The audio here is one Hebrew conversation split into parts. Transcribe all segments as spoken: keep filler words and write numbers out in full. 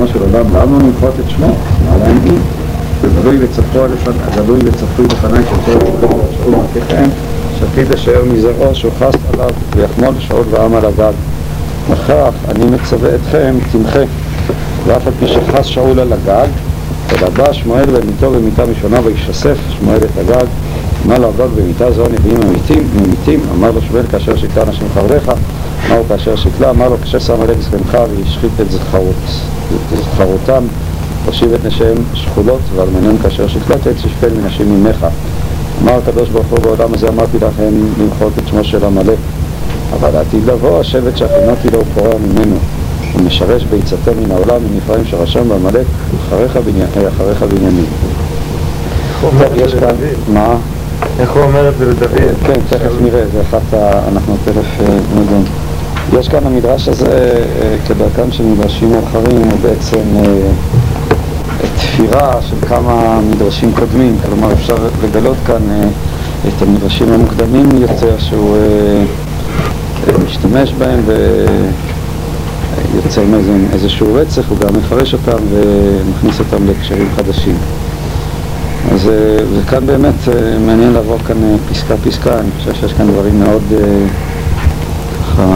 ריבונו של עולם, למה נמחות את שמו? מה להם אי? גלוי וצפוי בפניי שצור שכם ושאול מלככם, שתיד אשר מזרעו שהוא חס עליו ויחמול שאול ועם על הגג. לכך אני מצווה אתכם, תמחה, ואף על פי שחס שאול על הגג, ולבא שמואל במיתו במיתה ראשונה וישסף שמואל את הגג. אמר לו הגג במיתה זו נביאים אמיתים, ממיתים. אמר לו שמואל כאשר שיקלה אנשים חבריך, אמר לו כאשר שיקלה, אמר לו כאשר שם עליהם זקנך וישחית את זכרותם, תושיב את נשיהם שכולות ואלמניהם כאשר שיקלת את ששפל מנשים ממך. אמר הקדוש ברוך הוא בעולם הזה אמרתי לכם למחות את שמו של עמלק, אבל עתיד לבוא השבט שהכינותי לו פורע ממנו ומשרש ביצתו מן העולם מנפרעים שרשם בעמלק אחריך בנימין. יש כאן, מה? איך הוא אומר את זה לדוד? כן, תכף נראה, זה אחת אנחנו תכף נדון. יש כאן המדרש הזה, כדרכם של מדרשים מאוחרים, הוא בעצם תפירה של כמה מדרשים קודמים, כלומר אפשר לגלות כאן את המדרשים המוקדמים יותר שהוא משתמש בהם ויוצר מהם איזשהו רצף, הוא גם מפרש אותם ומכניס אותם להקשרים חדשים. אז וכאן באמת מעניין לעבור כאן פסקה פסקה, אני חושב שיש כאן דברים מאוד ככה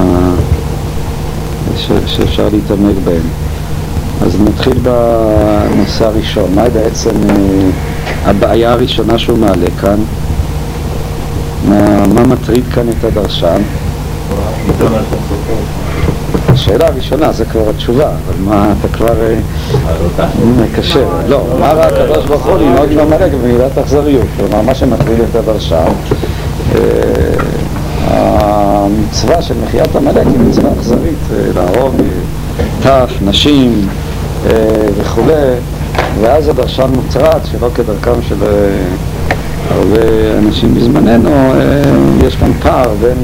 שאפשר להתעמק בהם. אז נתחיל בנושא הראשון. מה בעצם הבעיה הראשונה שהוא מעלה כאן? מה, מה מטריד כאן את הדרשן? השאלה הראשונה זה כבר התשובה, אבל מה אתה כבר מקשר? לא, מה ראה הקדוש ברוך הוא לנהוג עם עמלק במילת אכזריות? כלומר, מה שמטריד את הדרשן, המצווה של מחיית עמלק היא מצווה אכזרית, להרוג טף, נשים וכו', ואז הדרשן מוטרד שלא כדרכם של הרבה אנשים בזמננו, יש כאן פער בין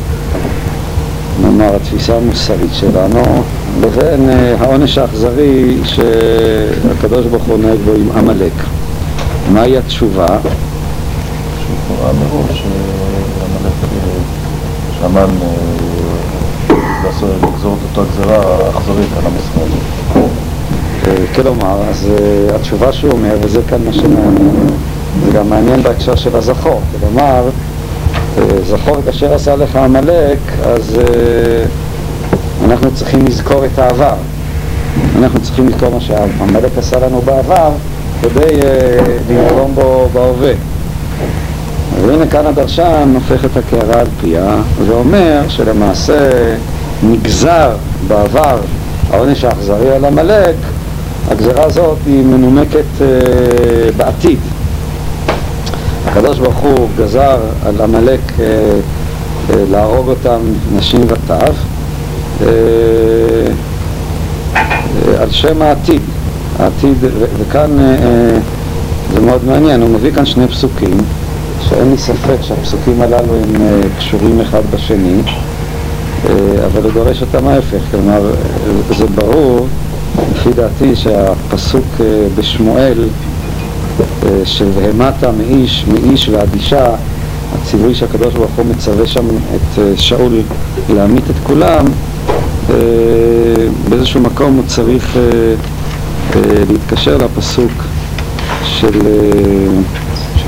נאמר התפיסה המוסרית שלנו לבין העונש האכזרי שהקדוש ברוך הוא נוהג בו עם עמלק. מהי התשובה? שהוא קורא מראש עמלק שעמל לגזור את אותו הגזרה האכזרית על עם ישראל. כלומר, אז התשובה שהוא אומר, וזה כאן מה שמעניין, זה גם מעניין בהקשר של הזכור, כלומר זכור את אשר עשה לך עמלק, אז אנחנו צריכים לזכור את העבר, אנחנו צריכים לזכור מה שהעמלק עשה לנו בעבר כדי לנקום בו בהווה. והנה כאן הדרשן הופך את הקערה על פיה ואומר שלמעשה נגזר בעבר העונש האכזרי על עמלק, הגזרה הזאת היא מנומקת uh, בעתיד. הקדוש ברוך הוא גזר על עמלק uh, uh, להרוג אותם נשים וטף uh, uh, על שם העתיד, העתיד ו- וכאן uh, uh, זה מאוד מעניין, הוא מביא כאן שני פסוקים שאין לי ספק שהפסוקים הללו הם uh, קשורים אחד בשני, uh, אבל הוא דורש אותם ההפך. כלומר זה ברור לפי דעתי שהפסוק uh, בשמואל uh, של והמתה מאיש, מאיש ועד אישה, הציווי שהקדוש ברוך הוא מצווה שם את uh, שאול להמית את כולם, uh, באיזשהו מקום הוא צריך uh, uh, להתקשר לפסוק של uh,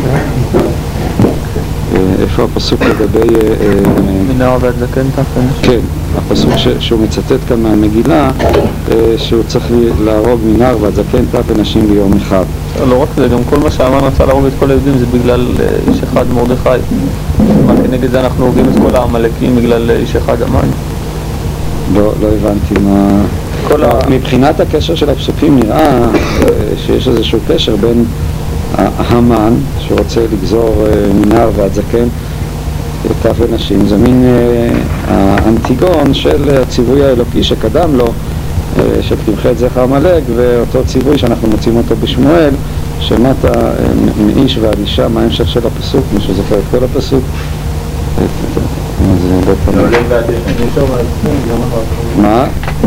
איפה הפסוק לגבי מנער ועד זקן תפן? כן, הפסוק שהוא מצטט כאן מהמגילה, שהוא צריך להרוג מנער ועד זקן תפן נשים ביום אחד. לא רק זה, גם כל מה שהמן רצה להרוג את כל היהודים זה בגלל איש אחד מרדכי. מה כנגד זה אנחנו הורגים את כל העמלקים בגלל איש אחד המן? לא, לא הבנתי מה... מבחינת הקשר של הפסוקים נראה שיש איזשהו קשר בין המן שרוצה לגזור מנער ועד זקן טף ונשים, זה מין האנטיגון של הציווי האלוקי שקדם לו, של תמחה את זכר עמלק, ואותו ציווי שאנחנו מוצאים אותו בשמואל, שמעת מאיש ועד אישה, מה ההמשך של הפסוק, מי שזוכר את כל הפסוק. מה?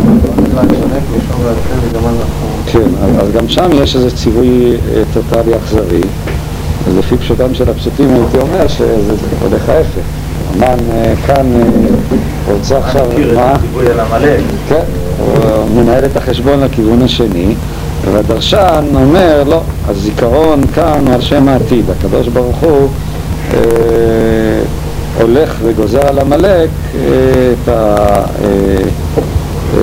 כן, אז גם שם יש איזה ציווי טוטלי אכזרי, אז לפי פשוטם של הפשוטים הייתי אומר שזה הולך ההפך. המן כאן הוא רוצה עכשיו, מכיר את הציווי על עמלק. כן, הוא מנהל את החשבון לכיוון השני, והדרשן אומר, לא, הזיכרון כאן הוא על שם העתיד. הקדוש ברוך הוא אה, הולך וגוזר על עמלק אה, את ה... אה, אה,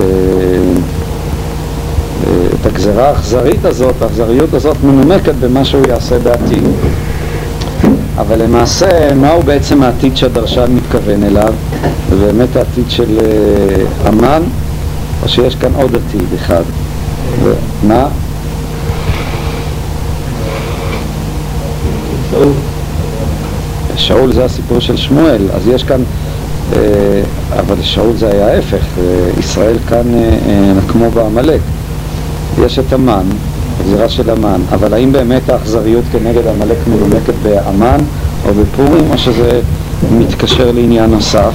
את הגזרה האכזרית הזאת, האכזריות הזאת מנומקת במה שהוא יעשה בעתיד. אבל למעשה, מהו בעצם העתיד שהדרשן מתכוון אליו? זה באמת העתיד של אמן, או שיש כאן עוד עתיד אחד? מה? שאול. שאול זה הסיפור של שמואל, אז יש כאן, אבל שאול זה היה ההפך, ישראל כאן כמו בעמלק. יש את אמן, הגזירה של אמן, אבל האם באמת האכזריות כנגד עמלק מנומקת באמן או בפורים, או שזה מתקשר לעניין נוסף?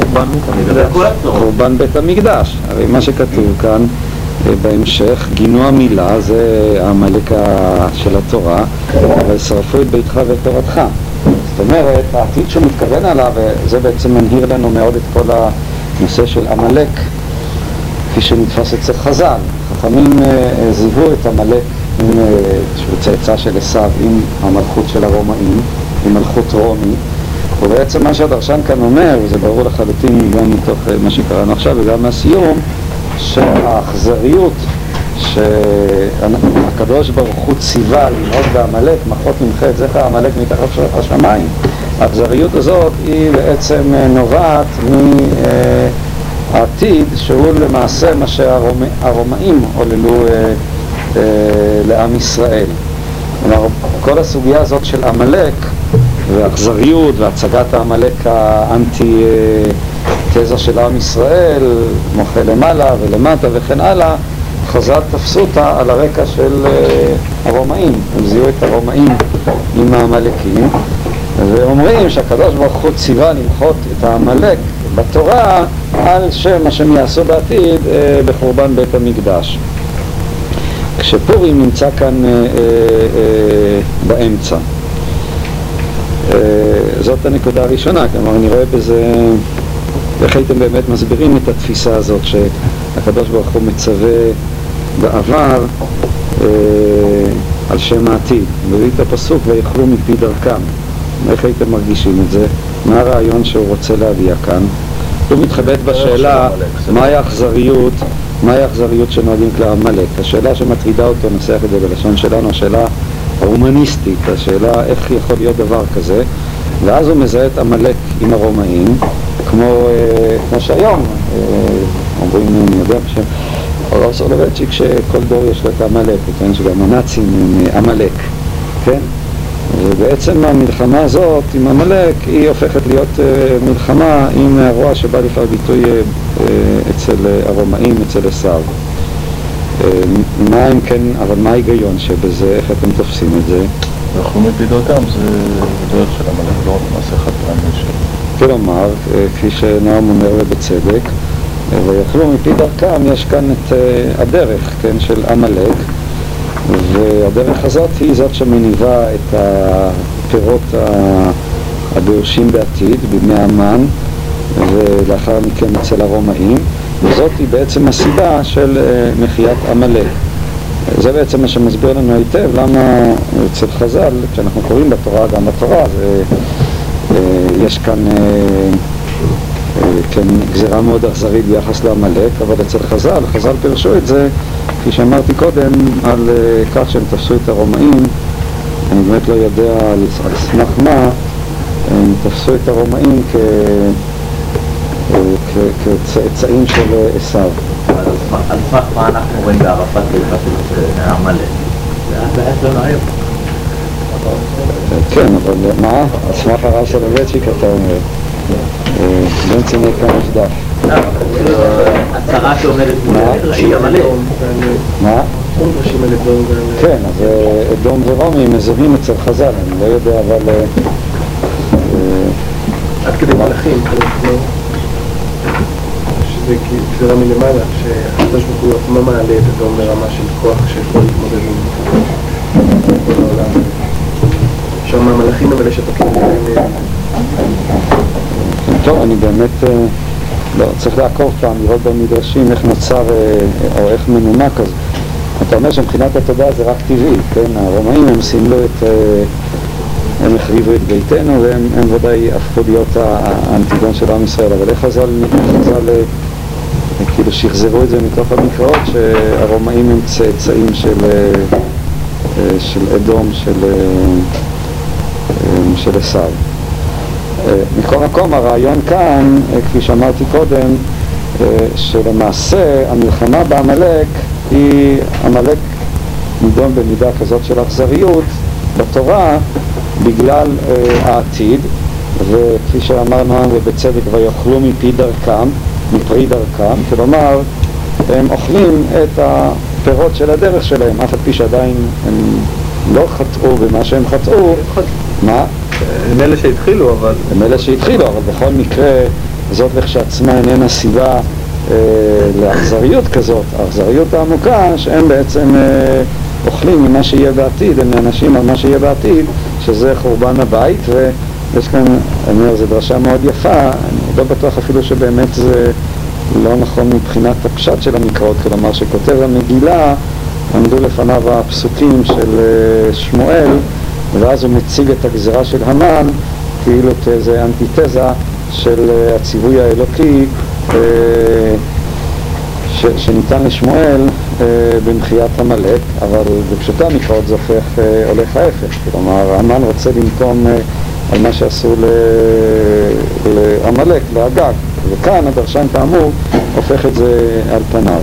חורבן בית המקדש. הרי מה שכתוב כאן בהמשך, גינו המילה, זה העמלק של התורה, אבל שרפו את ביתך ואת תורתך. זאת אומרת, העתיד שהוא מתכוון עליו, וזה בעצם מנהיר לנו מאוד את כל הנושא של עמלק, כפי שנתפס אצל חז"ל. חכמים זיוו את עמלק עם צאצא של עשיו עם המלכות של הרומאים, עם מלכות רומי, ובעצם מה שהדרשן כאן אומר, וזה ברור לחלוטין גם מתוך מה שקראנו עכשיו וגם מהסיום, שהאכזריות שהקדוש ברוך הוא ציווה לנהוג בעמלק, מחות ממחה את זכר עמלק מתחת השמיים, האכזריות הזאת היא בעצם נובעת מהעתיד שהוא למעשה מה שהרומאים עוללו אה, אה, לעם ישראל. כלומר, כל הסוגיה הזאת של עמלק והאכזריות והצגת העמלק האנטי תזה של עם ישראל, מוחה למעלה ולמטה וכן הלאה, חז"ל תפסו אותה על הרקע של הרומאים. הם זיהו את הרומאים עם העמלקים ואומרים שהקדוש ברוך הוא ציווה למחות את העמלק בתורה על שם מה שהם יעשו בעתיד בחורבן בית המקדש. כשפורים נמצא כאן אה, אה, אה, באמצע. אה, זאת הנקודה הראשונה, כלומר אני רואה בזה, איך הייתם באמת מסבירים את התפיסה הזאת שהקדוש ברוך הוא מצווה בעבר אה, על שם העתיד, מביא את הפסוק ויאכלו מפי דרכם. איך הייתם מרגישים את זה? מה הרעיון שהוא רוצה להביע כאן? הוא מתחבט בשאלה מהי האכזריות, מהי האכזריות שנוהגים כלפי עמלק. השאלה שמטרידה אותו, נסח את זה בלשון שלנו, השאלה ההומניסטית, השאלה איך יכול להיות דבר כזה, ואז הוא מזהה את עמלק עם הרומאים, כמו, כמו שהיום, אומרים, אני יודע בשם, הרב סולובייצ'יק, שכל דור יש לו את עמלק, כן, שגם הנאצים הם עמלק, כן? ובעצם המלחמה הזאת עם עמלק היא הופכת להיות uh, מלחמה עם הרוע שבא לפעול ביטוי uh, אצל uh, הרומאים, אצל עשיו. Uh, מה אם כן, אבל מה ההיגיון שבזה, איך אתם תופסים את זה? אנחנו מפידותם, זה דרך של עמלק, לא רק מעשה חד פעמי של... כלומר, uh, כפי שנועם אומר ובצדק, uh, ויאכלו מפי דרכם, יש כאן את uh, הדרך, כן, של עמלק, והדרך הזאת היא זאת שמניבה את הפירות הדורשים בעתיד בבני המן ולאחר מכן אצל הרומאים, וזאת היא בעצם הסיבה של מחיית עמלק. זה בעצם מה שמסביר לנו היטב למה אצל חז"ל, כשאנחנו קוראים בתורה, גם בתורה, זה, יש כאן כן, גזירה מאוד אכזרית ביחס לעמלק, אבל אצל חז"ל, חז"ל פירשו את זה, כפי שאמרתי קודם, על uh, כך שהם תפסו את הרומאים. אני באמת לא יודע על, על סמך מה, הם תפסו את הרומאים כ, uh, כ, כצאצאים של עשיו. על סמך מה אנחנו רואים בערפאת ביחס של עמלק? זה היה שלנו היום. כן, אבל מה? על סמך הרב סולובייצ'יק אתה אומר. בן צמא כאן יש דף. הצהרה שעומדת מול היא עמלק. מה? כן, אז אדום ורומי מזוהים אצל חז"ל, אני לא יודע, אבל... עד כדי מלאכים, שזה גזירה מלמעלה, שהקדוש ברוך הוא עצמו מעלה את אדום ברמה של כוח שיכול להתמודד עם כל העולם. שם המלאכים אבל יש את הכלים. טוב, אני באמת לא, צריך לעקוב פעם, לראות במדרשים איך נוצר או איך מנומק כזה. אתה אומר שמבחינת התודעה זה רק טבעי, כן? הרומאים הם סימלו את, הם החריבו את ביתנו והם הם ודאי הפכו להיות האנטיגון של עם ישראל, אבל איך חז"ל, חז"ל כאילו שחזרו את זה מתוך המקראות שהרומאים הם צאצאים של, של אדום, של, של עשיו. מכל מקום הרעיון כאן, כפי שאמרתי קודם, שלמעשה המלחמה בעמלק היא, עמלק נידון במידה כזאת של אכזריות בתורה בגלל uh, העתיד, וכפי שאמרנו ובצדק ויאכלו מפי דרכם, מפרי דרכם, כלומר הם אוכלים את הפירות של הדרך שלהם, אף על פי שעדיין הם לא חטאו במה שהם חטאו. מה? הם אלה שהתחילו, אבל... הם אלה שהתחילו, אבל בכל מקרה זאת לכשעצמה איננה סיבה אה, לאכזריות כזאת, האכזריות העמוקה שהם בעצם אה, אוכלים ממה שיהיה בעתיד, הם אנשים על מה שיהיה בעתיד, שזה חורבן הבית, ויש כאן, אני אומר, זו דרשה מאוד יפה, אני לא בטוח אפילו שבאמת זה לא נכון מבחינת הפשט של המקראות, כלומר שכותב המגילה, עמדו לפניו הפסוקים של אה, שמואל, ואז הוא מציג את הגזרה של המן כאילו כאיזה אנטיתזה של הציווי האלוקי ש, שניתן לשמואל במחיית עמלק, אבל בפשוטו המקראות זה הופך, הולך ההפך, כלומר המן רוצה לנקום על מה שעשו לעמלק, לאגג, וכאן הדרשן כאמור הופך את זה על פניו.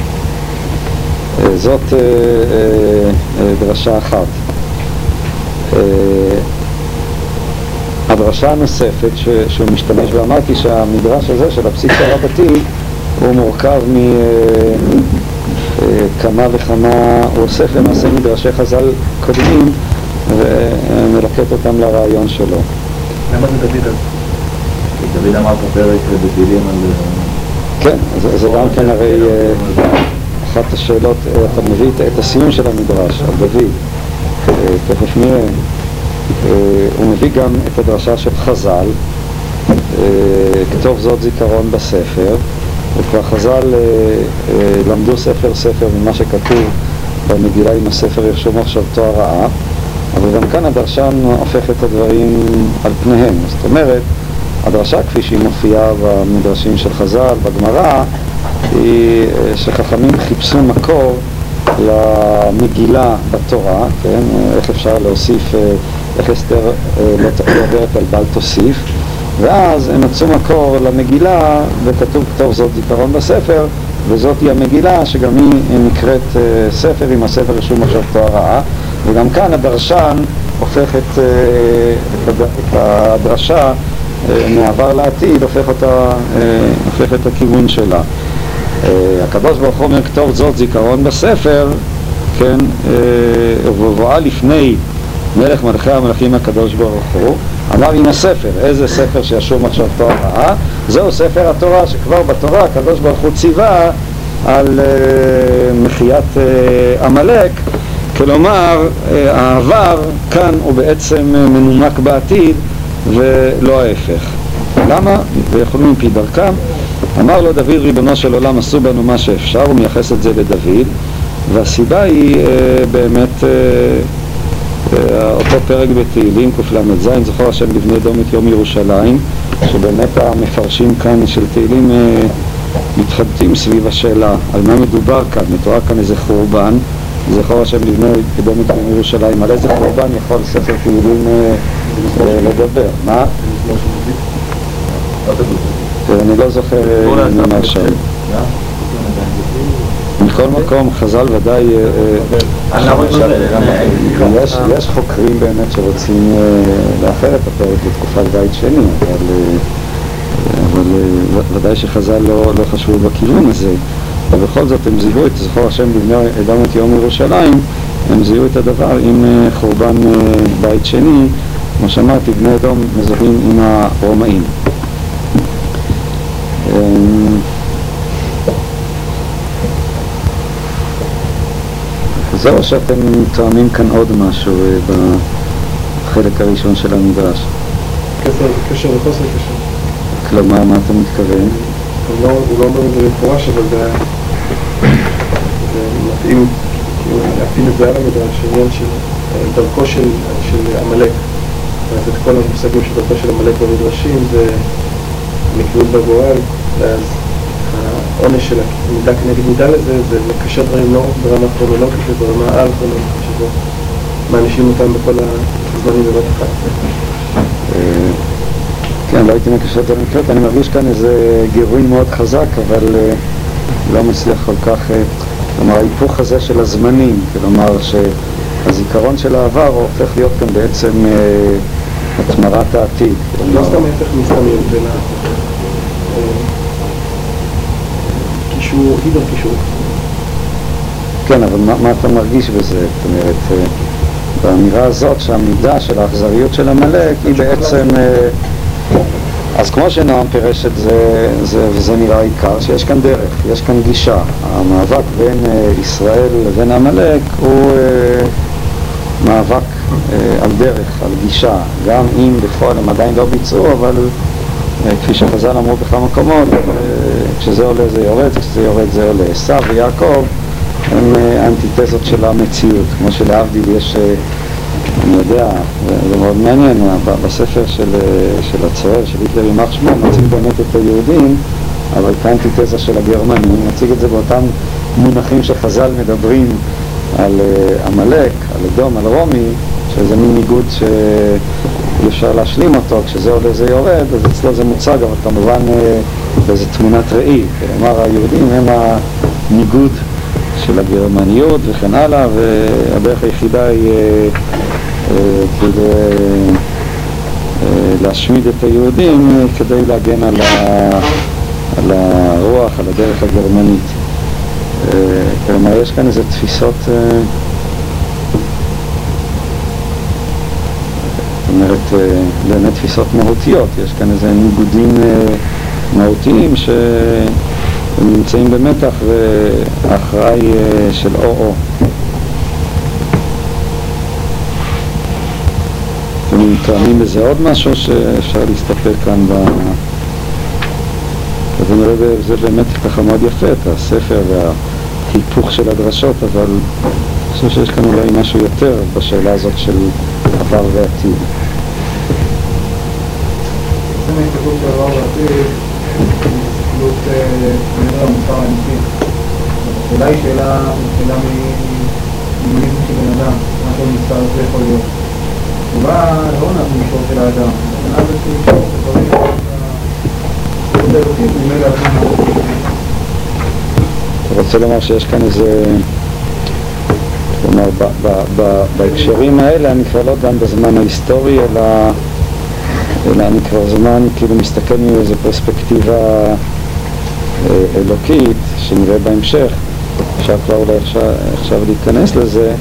זאת דרשה אחת. הדרשה הנוספת שהוא משתמש ואמרתי שהמדרש הזה של הפסיק הרבתי הוא מורכב מכמה וכמה, הוא אוסף למעשה מדרשי חז"ל קודמים ומלקט אותם לרעיון שלו. למה זה דוד אז? דוד אמר פה פרק בתהילים על... כן, זה, זה גם כן הרי אחת השאלות, אתה מביא את הסיום של המדרש על דוד, תכף נראה, הוא מביא גם את הדרשה של חז"ל, כתוב זאת זיכרון בספר, וכבר חז"ל למדו ספר ספר ממה שכתוב במגילה עם הספר ירשום מחשבתו הרעה, אבל גם כאן הדרשן הופך את הדברים על פניהם. זאת אומרת, הדרשה כפי שהיא מופיעה במדרשים של חז"ל, בגמרא, היא שחכמים חיפשו מקור למגילה בתורה, כן? איך אפשר להוסיף, איך אסתר לא תעברת על בל תוסיף, ואז הם מצאו מקור למגילה וכתוב כתוב זאת זיכרון בספר, וזאת היא המגילה שגם היא נקראת ספר עם הספר ירשום מחשבתו הרעה, וגם כאן הדרשן הופך את, את הדרשה מעבר לעתיד, הופך, אותה, הופך את הכיוון שלה. הקדוש ברוך הוא אומר כתוב זאת זיכרון בספר, כן, ובבואה לפני מלך מלכי המלכים הקדוש ברוך הוא, אמר הנה הספר, איזה ספר שישום מחשבתו הרעה? זהו ספר התורה, שכבר בתורה הקדוש ברוך הוא ציווה על מחיית עמלק, כלומר העבר כאן הוא בעצם מנומק בעתיד ולא ההפך. למה? ויכולים מפי דרכם. אמר לו דוד ריבונו של עולם עשו בנו מה שאפשר, הוא מייחס את זה לדוד, והסיבה היא אה, באמת אה, אה, אותו פרק בתהילים קל"ז, זכור השם לבני דום את יום ירושלים, שבאמת המפרשים כאן של תהילים אה, מתחבטים סביב השאלה על מה מדובר כאן. מתואר כאן איזה חורבן, זכור השם לבני דום את יום ירושלים, על איזה חורבן יכול ספר תהילים אה, אה, לדבר? מה? אני לא זוכר ממה שם. מכל מקום חז"ל ודאי יש חוקרים באמת שרוצים לאחר את הפרק לתקופת בית שני, אבל ודאי שחז"ל לא חשבו בכיוון הזה, ובכל זאת הם זיהו את זכור השם לבני אדם את יום ירושלים, הם זיהו את הדבר עם חורבן בית שני, כמו שאמרתי, בני אדום מזוהים עם הרומאים. זהו שאתם תואמים כאן עוד משהו בחלק הראשון של המדרש. קשר וחוסר קשר. כלומר, מה אתה מתכוון? הוא לא, הוא לא אומר את זה במפורש, אבל זה, זה מתאים, כאילו, להתאים את זה על המדרש, עניין של דרכו של, של עמלק. אז את כל המושגים של דרכו של עמלק במדרשים זה נקראות בגורל, ואז העונש של המידה כנגד מידה לזה, זה מקשר דברים לא ברמה כרונולוגית, ברמה על-כרונולוגית, שזה מענישים אותם בכל הזמנים בבת אחת. כן, לא הייתי מקשר את המקרות, אני מרגיש כאן איזה גירוי מאוד חזק, אבל לא מצליח כל כך, כלומר, ההיפוך הזה של הזמנים, כלומר שהזיכרון של העבר הופך להיות כאן בעצם התמרת העתיד. לא סתם ההפך מסתמים, בין קישור, הידר קישור. כן, אבל מה, מה אתה מרגיש בזה? זאת אומרת, באמירה הזאת שהמידה של האכזריות של עמלק היא בעצם... אז כמו שנועם פירש את זה, זה, וזה נראה העיקר, שיש כאן דרך, יש כאן גישה. המאבק בין ישראל לבין עמלק הוא מאבק על דרך, על גישה. גם אם בפועל הם עדיין לא ביצעו, אבל כפי שחז"ל אמרו בכמה מקומות, כשזה עולה זה יורד, כשזה יורד זה עולה. עשיו ויעקב הם אנטיתזות של המציאות, כמו שלהבדיל יש, אני יודע, זה מאוד מעניין, בספר של, של הצוער, של היטלר יימח שמו, מציג באמת את היהודים, אבל כאנטיתזה של הגרמנים, מציג את זה באותם מונחים שחז"ל מדברים על עמלק, על אדום, על רומי, שזה מין ניגוד שאי אפשר להשלים אותו, כשזה עולה זה יורד, אז אצלו זה מוצג, אבל כמובן באיזו תמונת ראי, כלומר היהודים הם הניגוד של הגרמניות וכן הלאה, והדרך היחידה היא כדי להשמיד את היהודים כדי להגן על, ה, על הרוח, על הדרך הגרמנית. כלומר, יש כאן איזה תפיסות, זאת אומרת, באמת תפיסות מהותיות, יש כאן איזה ניגודים מהותיים ש... הם נמצאים במתח והאחראי של או-או. אתם מתאמים בזה עוד משהו שאפשר להסתפק כאן ב... אז אני רואה זה באמת ככה מאוד יפה, את הספר וההיפוך של הדרשות, אבל אני חושב שיש כאן אולי משהו יותר בשאלה הזאת של עבר ועתיד. זה מהתקלות של עבר ועתיד, הסתכלות כנראה המוסר האנושי. השאלה היא שאלה ממילים של בן אדם, מה שהוא מסתר זה יכול להיות. תשובה לא עונה במישור של האדם, עונה במישור של דברים זה אלוקים, ממילא הזמן. אתה רוצה לומר שיש כאן איזה... כלומר, בהקשרים האלה אני כבר לא דן בזמן ההיסטורי, אלא אלא אני כבר זמן כאילו מסתכל מאיזו פרספקטיבה אלוקית שנראה בהמשך. אפשר כבר אולי עכשיו להתכנס לזה.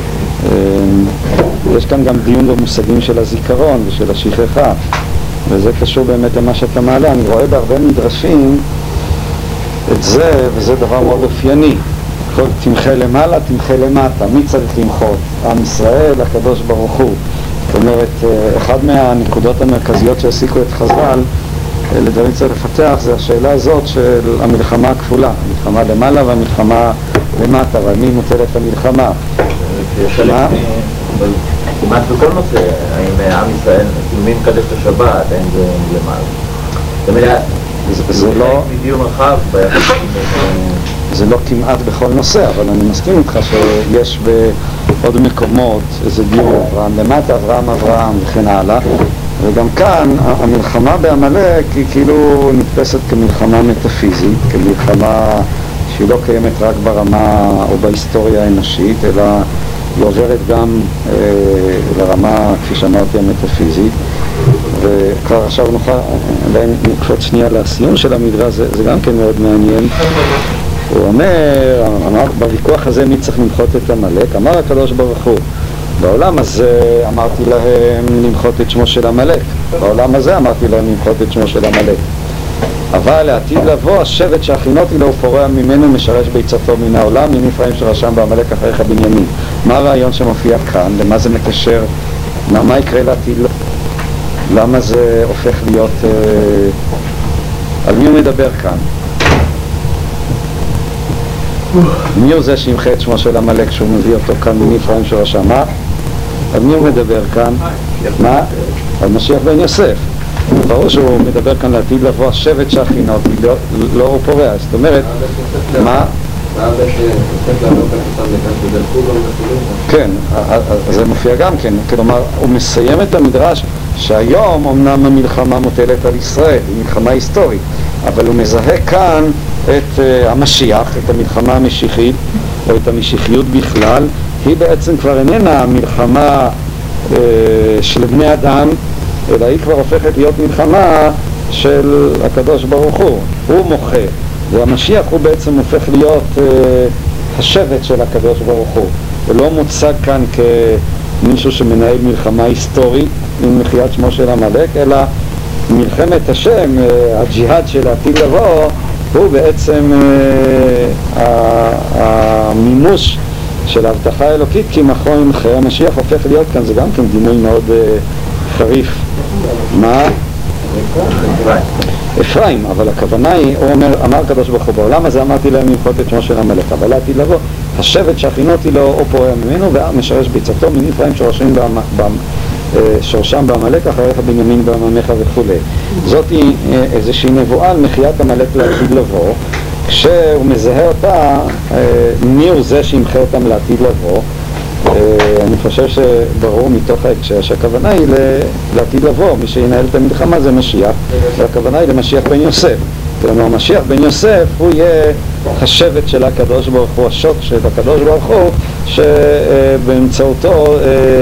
יש כאן גם דיון במושגים של הזיכרון ושל השכחה, וזה קשור באמת למה שאתה מעלה. אני רואה בהרבה מדרשים את זה, וזה דבר מאוד אופייני. כל תמחה למעלה, תמחה למטה. מי צריך למחות? עם ישראל, הקדוש ברוך הוא. זאת אומרת, אחד מהנקודות המרכזיות שהעסיקו את חז"ל לדברים צריך לפתח זה השאלה הזאת של המלחמה הכפולה, המלחמה למעלה והמלחמה למטה, ומי נוטל את המלחמה? מה? כמעט בכל נושא, האם עם ישראל, מי מקדש את השבת, האם זה למעלה? זה לא דיון רחב ביחסים. זה לא כמעט בכל נושא, אבל אני מסכים איתך שיש בעוד מקומות איזה דיון, אברהם למטה, אברהם אברהם וכן הלאה, וגם כאן המלחמה בעמלק היא כאילו נתפסת כמלחמה מטאפיזית, כמלחמה שהיא לא קיימת רק ברמה או בהיסטוריה האנושית, אלא היא עוברת גם אה, לרמה, כפי שאמרתי, המטאפיזית. וכבר עכשיו נוכל, אולי נקפוץ שנייה לסיום של המדרש, זה, זה גם כן מאוד מעניין. הוא אומר, אמר, בוויכוח הזה מי צריך למחות את עמלק? אמר הקדוש ברוך הוא, בעולם הזה אמרתי להם למחות את שמו של עמלק, בעולם הזה אמרתי להם למחות את שמו של עמלק. אבל לעתיד לבוא, השבט שהכינותי לו הוא פורע ממנו משרש ביצתו מן העולם, ימי אפרים שרשם בעמלק אחריך בנימין. מה הרעיון שמופיע כאן? למה זה מקשר? מה, מה יקרה לעתיד? למה זה הופך להיות... אה, על מי הוא מדבר כאן? מי הוא זה שימחה את שמו של עמלק שהוא מביא אותו כאן מנפרעים של השמה? על מי הוא מדבר כאן? מה? על משיח בן יוסף. ברור שהוא מדבר כאן לעתיד לבוא השבט שהכינות, לא, לא הוא פורע, זאת אומרת, מה? כן, זה מופיע גם כן, כלומר, הוא מסיים את המדרש שהיום אמנם המלחמה מוטלת על ישראל, היא מלחמה היסטורית, אבל הוא מזהה כאן את uh, המשיח, את המלחמה המשיחית, או את המשיחיות בכלל, היא בעצם כבר איננה מלחמה uh, של בני אדם, אלא היא כבר הופכת להיות מלחמה של הקדוש ברוך הוא, הוא מוחה, והמשיח הוא בעצם הופך להיות uh, השבט של הקדוש ברוך הוא, ולא מוצג כאן כמישהו שמנהל מלחמה היסטורית עם מחיית שמו של עמלק, אלא מלחמת השם, uh, הג'יהאד של העתיד לבוא, הוא בעצם uh, המימוש של ההבטחה האלוקית, כי מכון חיי המשיח הופך להיות כאן, זה גם כן דימוי מאוד uh, חריף. מה? אפרים, אבל הכוונה היא, הוא אומר, אמר קדוש ברוך הוא, בעולם הזה אמרתי להם למחות את שמו של עמלק, אבל לעתיד לבוא, השבט שהכינותי לו או פורע ממנו ומשרש ביצתו מני אפרים שורשים שורשם בעמלק, אחריך בנימין בעממך וכו'. זאת היא איזושהי נבואה על מחיית עמלק לעתיד לבוא, כשהוא מזהה אותה, מי הוא זה שימחה אותם לעתיד לבוא. אני חושב שברור מתוך ההקשר שהכוונה היא לעתיד לבוא, מי שינהל את המלחמה זה משיח, והכוונה היא למשיח בן יוסף. כלומר, משיח בן יוסף הוא יהיה השבט של הקדוש ברוך הוא, השוט של הקדוש ברוך הוא, שבאמצעותו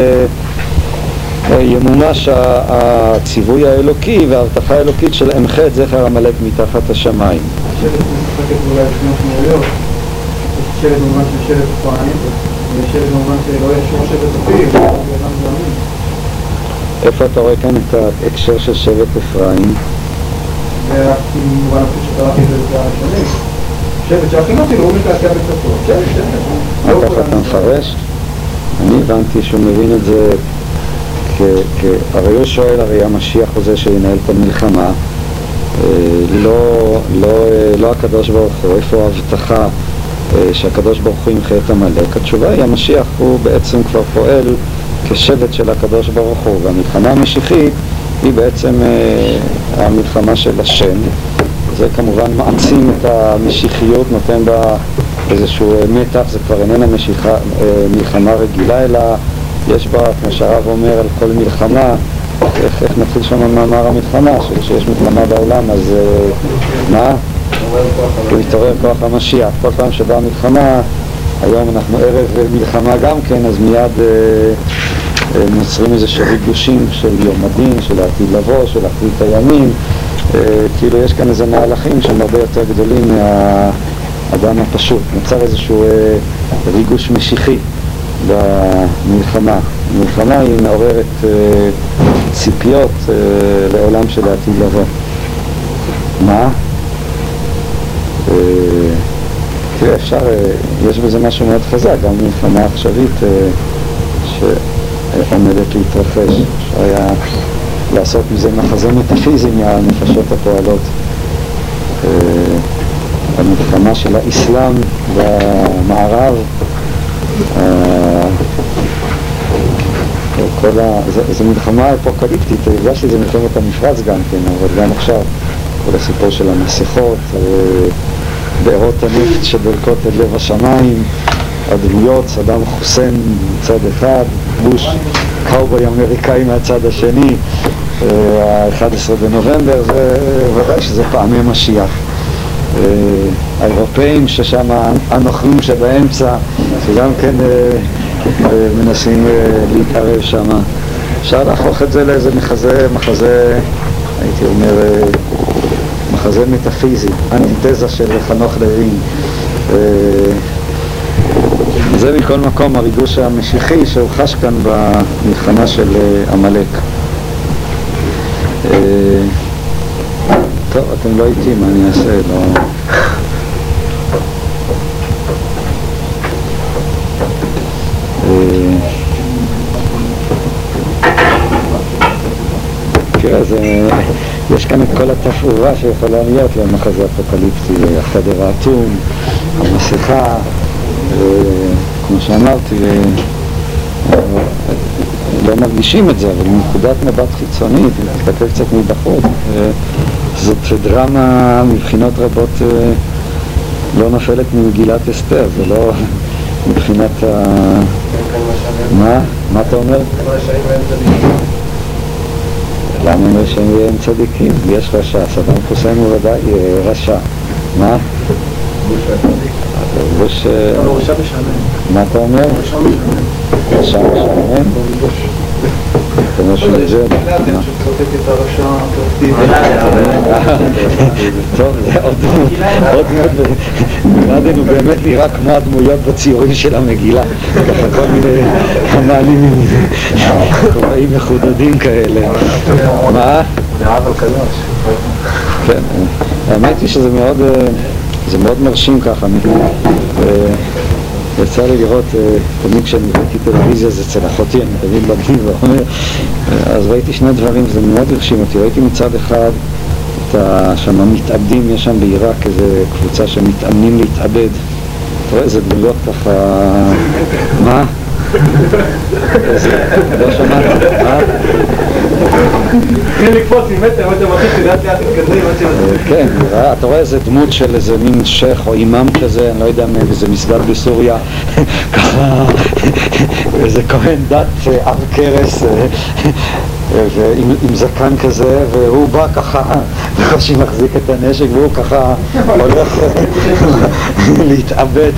ימומש הציווי האלוקי וההבטחה האלוקית של אמחה את זכר עמלק מתחת השמיים. שבט משחקת אולי שני משמעויות, שבט ממש של שבט אפרים, ושבט ממש שלא ישור שבט אפים, ואינם זמין. איפה אתה רואה כאן את ההקשר של שבט אפרים? זה רק מובן אפילו שקראתי את זה השני. שבט שהכינותי לו הוא מתעתע בצפו. שבט, שבט. מה ככה אתה מפרש? אני הבנתי שהוא מבין את זה כ... הרי הוא שואל, הרי המשיח הוא זה שינהל את המלחמה, לא, לא, לא הקדוש ברוך הוא, איפה ההבטחה שהקדוש ברוך הוא ימחה את עמלק? התשובה היא, המשיח הוא בעצם כבר פועל כשבט של הקדוש ברוך הוא, והמלחמה המשיחית היא בעצם המלחמה של השם. זה כמובן מעצים את המשיחיות, נותן בה איזשהו מתח, זה כבר איננה משיחה, מלחמה רגילה, אלא יש בה, כמו שהרב אומר על כל מלחמה, איך, איך נתחיל שם מאמר המלחמה, שיש מלחמה בעולם, אז מה? הוא יתעורר כוח המשיח. כל פעם שבאה מלחמה, היום אנחנו ערב מלחמה גם כן, אז מיד אה, אה, נוצרים איזה של ריגושים של יום הדין, של העתיד לבוא, של אחרית הימים, אה, כאילו יש כאן איזה מהלכים שהם הרבה יותר גדולים מהאדם הפשוט. נוצר איזשהו אה, ריגוש משיחי במלחמה. המלחמה היא מעוררת אה, ציפיות אה, לעולם של העתיד לבוא. מה? אה, תראה, אפשר, אה, יש בזה משהו מאוד חזק, גם מלחמה עכשווית אה, שעומדת להתרחש. אפשר היה לעשות מזה מחזה מטאפיזי מהנפשות הפועלות. אה, המלחמה של האסלאם במערב, אה, כל ה... זה, זה מלחמה אפוקליפטית, הרגשתי זה מלחמת המפרץ גם כן, אבל גם עכשיו כל הסיפור של המסכות, בארות הנפט שדולקות אל לב השמיים, הדמויות, סדאם חוסיין מצד אחד, בוש קאובוי אמריקאי מהצד השני, ה-אחד עשר בנובמבר, זה ודאי שזה פעמי משיח. האירופאים ששם הנוכלים שבאמצע, שגם כן מנסים להתערב שם. אפשר להפוך את זה לאיזה מחזה, מחזה, הייתי אומר, מחזה מטאפיזי, אנטיתזה של חנוך לוין. זה מכל מקום הריגוש המשיחי שהוא חש כאן במלחמה של עמלק. טוב, אתם לא איתי, מה אני אעשה? לא... תראה, זה יש כאן את כל התפאורה שיכולה להיות למחזה אפוקליפטי, החדר האטום, המסכה, כמו שאמרתי, לא מרגישים את זה, אבל מנקודת מבט חיצונית, להסתכל קצת מבחוץ, זאת דרמה מבחינות רבות לא נופלת ממגילת אסתר, זה לא מבחינת ה... מה? מה אתה אומר? למה הם רשעים הם צדיקים? יש רשע, סדאם חוסיין הוא ודאי רשע. מה? בוש... הוא רשע משעמם. מה אתה אומר? רשע משעמם. רשע משעמם? אתה אומר שזה... בלאדן שצוטט את הרשע הפרקטיבי. טוב, זה עוד מאוד... בלאדן הוא באמת נראה כמו הדמויות בציורים של המגילה. ככה כל מיני המעלים קוראים מחודדים כאלה. מה? נעב על קדוש. כן, האמת היא שזה מאוד... זה מאוד מרשים ככה. יצא לי לראות, תמיד כשאני ראיתי טלוויזיה זה אצל אחותי, אני תמיד בגנים ואומר, אז ראיתי שני דברים, זה מאוד הרשים אותי. ראיתי מצד אחד את שם המתאבדים, יש שם בעיראק איזה קבוצה שמתאמנים להתאבד. אתה רואה איזה דמויות ככה... מה? לא שמעת? מה? תתחיל לקפוץ ממטר, אבל אתה מתחיל שדעת לאט מתקדמים עד שזה... כן, אתה רואה איזה דמות של איזה מין שייך או אימאם כזה, אני לא יודע מאיזה מסגד בסוריה, ככה איזה כהן דת אב קרס עם זקן כזה, והוא בא ככה, בקושי מחזיק את הנשק והוא ככה הולך להתאבד.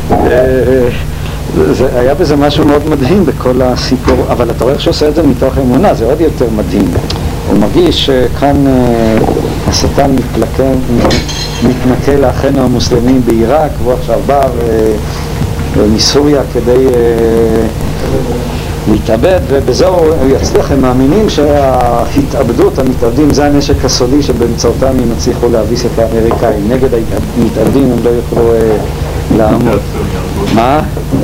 זה, היה בזה משהו מאוד מדהים בכל הסיפור, אבל אתה רואה איך שעושה את זה מתוך אמונה, זה עוד יותר מדהים. הוא מרגיש שכאן אה, השטן מתפלקה, מתנקה לאחינו המוסלמים בעיראק, והוא עכשיו בא ו... מסוריה כדי אה, להתאבד, ובזה הוא יצליח. הם מאמינים שההתאבדות, המתאבדים, זה הנשק הסודי שבאמצעותם הם הצליחו להביס את האמריקאים. נגד המתאבדים הם לא יוכלו אה, לעמוד. מה?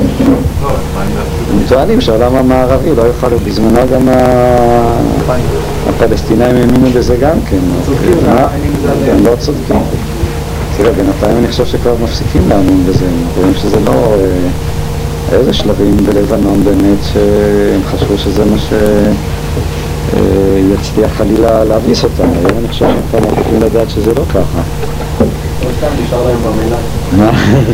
הם טוענים שהעולם המערבי לא יוכל, בזמנו גם הפלסטינאים האמינו בזה גם כן. הם לא צודקים. תראה, בינתיים אני חושב שכבר מפסיקים להאמין בזה. רואים שזה לא... איזה שלבים בלבנון באמת שהם חשבו שזה מה שיצליח חלילה להביס אותם. היום אני חושב שהם כבר מוכנים לדעת שזה לא ככה. נשאר להם במילה.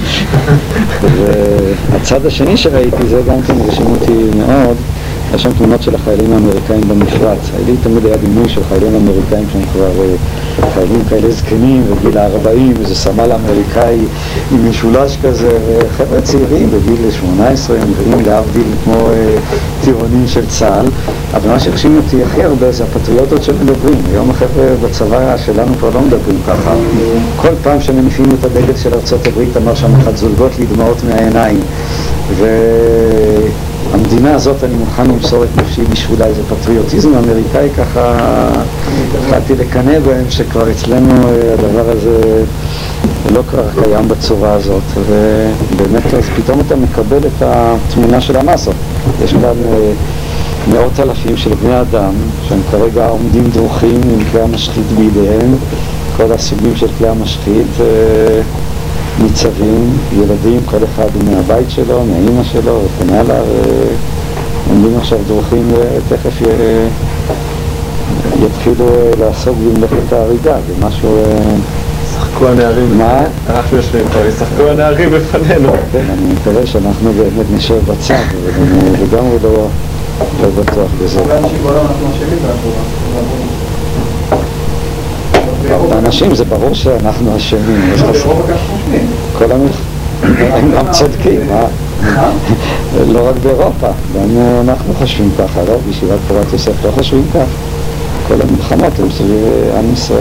והצד השני שראיתי, זה גם כן הרשים אותי מאוד, יש שם תמונות של החיילים האמריקאים במפרץ. לי תמיד היה דימוי של חיילים אמריקאים שהם כבר חיילים כאלה זקנים וגיל ארבעים, איזה סמל אמריקאי עם משולש כזה, וחבר'ה צעירים בגיל שמונה עשרה, הם נראים להבדיל כמו טירונים של צה"ל. אבל מה שהרשים אותי הכי הרבה זה הפטריוטות שמדברים. היום החבר'ה בצבא שלנו כבר לא מדברים ככה. כל פעם שמניפים את הדגל של ארצות הברית אמר שם אחד זולגות לי דמעות מהעיניים. והמדינה הזאת אני מוכן למסור את נפשי בשבילה, איזה פטריוטיזם אמריקאי ככה. התחלתי לקנא בהם שכבר אצלנו הדבר הזה לא כבר קיים בצורה הזאת, ובאמת אז פתאום אתה מקבל את התמונה של המסות. יש כאן מאות אלפים של בני אדם שהם כרגע עומדים דרוכים עם כלי המשחית בידיהם, כל הסוגים של כלי המשחית ניצבים, ילדים, כל אחד מהבית שלו, מהאמא שלו וכן הלאה, ועומדים עכשיו דרוכים ותכף יתחילו לעסוק במלאכת ההריגה, זה משהו... ישחקו הנערים. מה? אנחנו יושבים פה, ישחקו הנערים בפנינו. כן, אני מקווה שאנחנו באמת נשב בצד, לגמרי לא... לא בטוח בזה. האנשים, זה ברור שאנחנו אשמים. כל המלך... הם גם צודקים, לא רק באירופה, גם אנחנו חושבים ככה, לא? בישיבת פורת יוסף לא חושבים ככה. כל המלחמות הם סביב עם ישראל.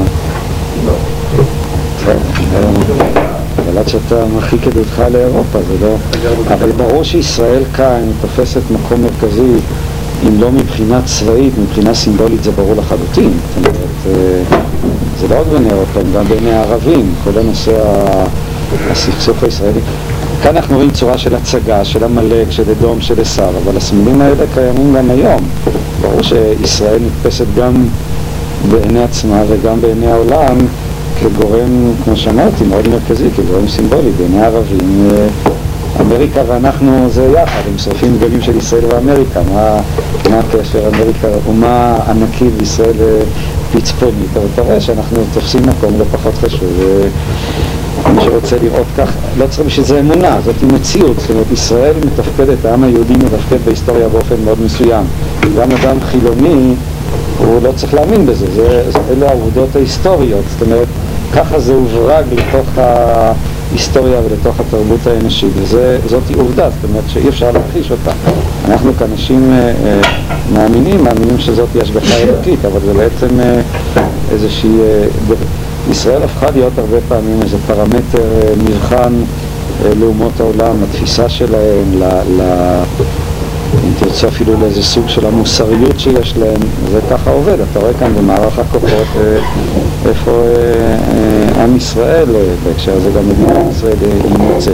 אבל עד שאתה מרחיק עדותך לאירופה, זה לא... אבל ברור שישראל כאן תופסת מקום מרכזי, אם לא מבחינה צבאית, מבחינה סימבולית זה ברור לחלוטין. זאת אומרת, זה לא רק בין אירופה, גם בין הערבים, כל הנושא הסכסוך הישראלי. כאן אנחנו רואים צורה של הצגה, של המלך, של אדום, של עשיו, אבל הסמלים האלה קיימים גם היום. ברור שישראל נתפסת גם בעיני עצמה וגם בעיני העולם כגורם, כמו שאמרתי, מאוד מרכזי, כגורם סימבולי. בעיני הערבים, אמריקה ואנחנו זה יחד, הם שורפים דגלים של ישראל ואמריקה. מה, מה הקשר אמריקה, ומה ענקי בישראל פצפונית? אבל אתה רואה שאנחנו תופסים מקום לא פחות חשוב. מי שרוצה לראות כך, לא צריך בשביל זה אמונה, זאת מציאות. זאת אומרת, ישראל מתפקדת, העם היהודי מתפקד בהיסטוריה באופן מאוד מסוים. גם אדם חילוני, הוא לא צריך להאמין בזה, זה, זה, אלה העובדות ההיסטוריות. זאת אומרת, ככה זה הוברג לתוך ההיסטוריה ולתוך התרבות האנושית, וזאת היא עובדה, זאת אומרת שאי אפשר להכחיש אותה. אנחנו כאנשים אה, אה, מאמינים, מאמינים שזאת היא השגחה אלוקית, אבל זה בעצם אה, איזושהי... אה, ישראל הפכה להיות הרבה פעמים איזה פרמטר אה, מבחן אה, לאומות העולם, לתפיסה שלהם, ל... ל אם תרצה אפילו לאיזה סוג של המוסריות שיש להם, זה ככה עובד. אתה רואה כאן במערך הכוחות איפה עם ישראל, בהקשר הזה גם מדינת ישראל היא מוצאת.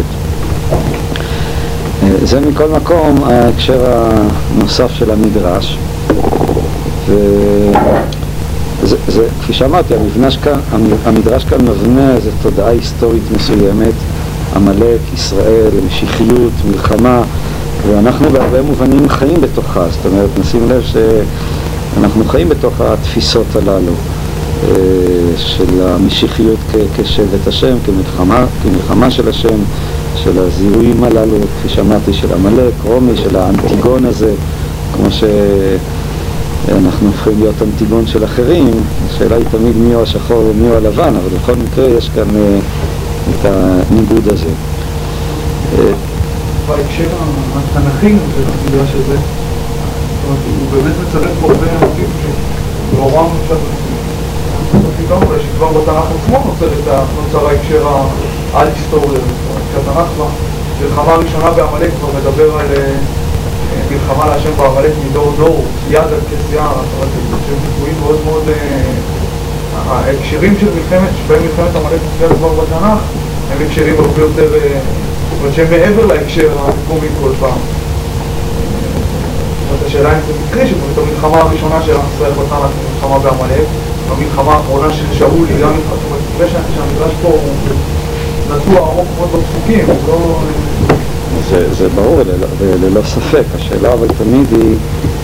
זה מכל מקום ההקשר הנוסף של המדרש. וזה, זה, כפי שאמרתי, המבנש כאן, המדרש כאן מבנה איזו תודעה היסטורית מסוימת, עמלק, ישראל, משיחיות, מלחמה, ואנחנו בהרבה מובנים חיים בתוכה. זאת אומרת, נשים לב שאנחנו חיים בתוך התפיסות הללו של המשיחיות כשבט השם, כמלחמה, כמלחמה של השם, של הזיהויים הללו, כפי שאמרתי, של עמלק, רומי, של האנטיגון הזה, כמו שאנחנו הופכים להיות אנטיגון של אחרים. השאלה היא תמיד מי הוא השחור ומי הוא הלבן, אבל בכל מקרה יש כאן את הניגוד הזה. בהקשר התנ"כי במדרש הזה, הוא באמת מצלם פה הרבה אנשים שלאורם אפשר לגמרי, שכבר בתנ"ך עצמו נוצר ההקשר העל-היסטורי. כשהתנ"ך במלחמה הראשונה בעמלק כבר מדבר על מלחמה להשם בעמלק מדור דור, יד על כס יער, שהם דיבורים מאוד מאוד... ההקשרים של מלחמת, שבהם מלחמת עמלק מופיעה כבר בתנ"ך, הם הקשרים הרבה יותר... זאת אומרת שהם מעבר להקשר המקומי כל פעם. זאת השאלה אם זה מקרי שבאמת המלחמה הראשונה של עם ישראל בתנ"ך היא מלחמה בעמלק, המלחמה האחרונה של שאול היא גם מלחמה, זאת אומרת, מקרה שהמדרש פה הוא נטוע עמוק מאוד בפסוקים, הוא לא... זה, זה ברור, ללא, ללא ספק. השאלה אבל תמיד היא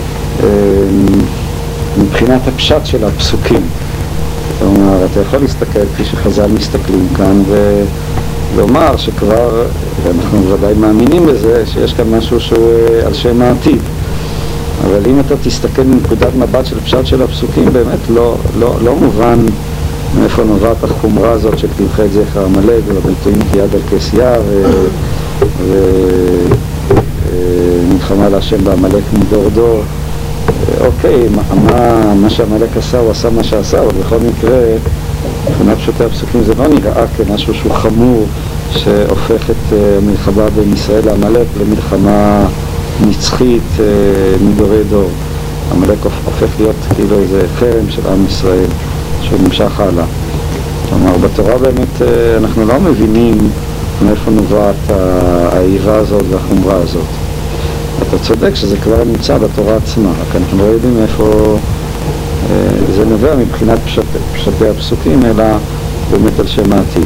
מבחינת הפשט של הפסוקים. זאת אומרת, אתה יכול להסתכל כפי שחז"ל מסתכלים כאן ו... לומר שכבר, ואנחנו ודאי מאמינים בזה, שיש כאן משהו שהוא על שם העתיד. אבל אם אתה תסתכל מנקודת מבט של פשט של הפסוקים, באמת לא, לא, לא מובן מאיפה נובעת החומרה הזאת של תמחה את זכר עמלק ובביטויים כיד על כס יער ומלחמה להשם בעמלק מדור דור. אוקיי, מה, מה שעמלק עשה, הוא עשה מה שעשה, אבל בכל מקרה מבחינת פשוטי הפסוקים זה לא נראה כמשהו שהוא חמור שהופך את המלחמה בין ישראל לעמלק למלחמה נצחית מדורי דור. עמלק הופך להיות כאילו איזה חרם של עם ישראל שהוא נמשך הלאה. כלומר, בתורה באמת אנחנו לא מבינים מאיפה נובעת האיבה הזאת והחומרה הזאת. אתה צודק שזה כבר נמצא בתורה עצמה, רק אנחנו לא יודעים איפה זה נובע מבחינת פשט, פשטי הפסוקים, אלא באמת על שם העתיד.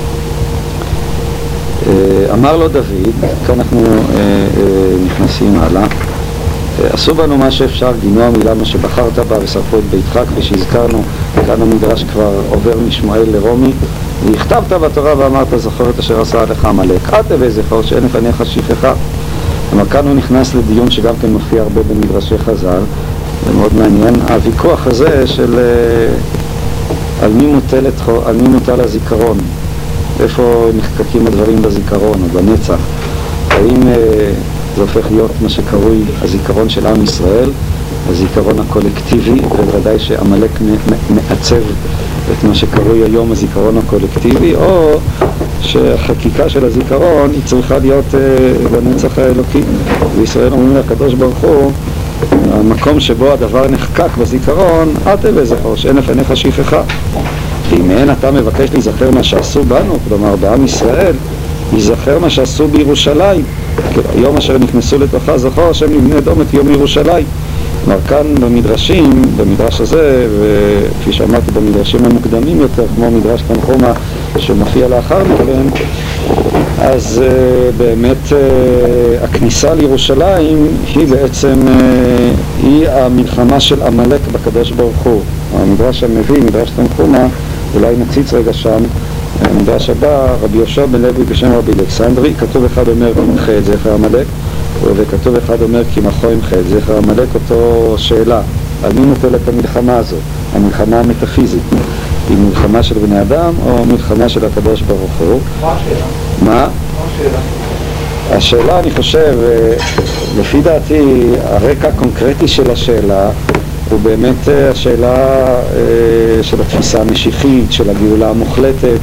אמר לו דוד, כאן אנחנו נכנסים הלאה, עשו בנו מה שאפשר, גינו המילה מה שבחרת בה ושרפו את ביתך, כפי שהזכרנו, כאן המדרש כבר עובר משמואל לרומי, והכתבת בתורה ואמרת זכור את אשר עשה עליך עמלק, אל תבא זכור שאין לפניך שכחה. כלומר, כאן הוא נכנס לדיון שגם כן מופיע הרבה במדרשי חז"ל, זה מאוד מעניין, הוויכוח הזה של על מי מוטל, את, על מי מוטל הזיכרון, איפה נחקקים הדברים בזיכרון או בנצח, האם זה הופך להיות מה שקרוי הזיכרון של עם ישראל, הזיכרון הקולקטיבי, ובוודאי שעמלק מעצב את מה שקרוי היום הזיכרון הקולקטיבי, או שהחקיקה של הזיכרון היא צריכה להיות בנצח האלוקי. וישראל אומרים לקדוש ברוך הוא, המקום שבו הדבר נחקק בזיכרון, אל תבא זכור שאין לפניך שכחה. כי אם אין אתה מבקש להיזכר מה שעשו בנו, כלומר בעם ישראל, ייזכר מה שעשו בירושלים. היום אשר נכנסו לתוכה זכור השם לבני אדום את יום ירושלים. כלומר, כאן במדרשים, במדרש הזה, וכפי שאמרתי במדרשים המוקדמים יותר, כמו מדרש תנחומא שמופיע לאחר מכן, אז uh, באמת uh, הכניסה לירושלים היא בעצם uh, היא המלחמה של עמלק בקדוש ברוך הוא. המדרש המביא, מדרש תנחומא, אולי נציץ רגע שם, המדרש הבא, רבי יהושע בן לוי בשם רבי אלכסנדרי, כתוב אחד אומר ימחה את זכר עמלק, וכתוב אחד אומר כי מחו ימחה את זכר עמלק. אותו שאלה, על מי מוטלת המלחמה הזו? המלחמה המטאפיזית היא מלחמה של בני אדם או מלחמה של הקדוש ברוך הוא? מה השאלה? מה? מה השאלה? השאלה, אני חושב, לפי דעתי, הרקע הקונקרטי של השאלה הוא באמת השאלה של התפיסה המשיחית, של הגאולה המוחלטת.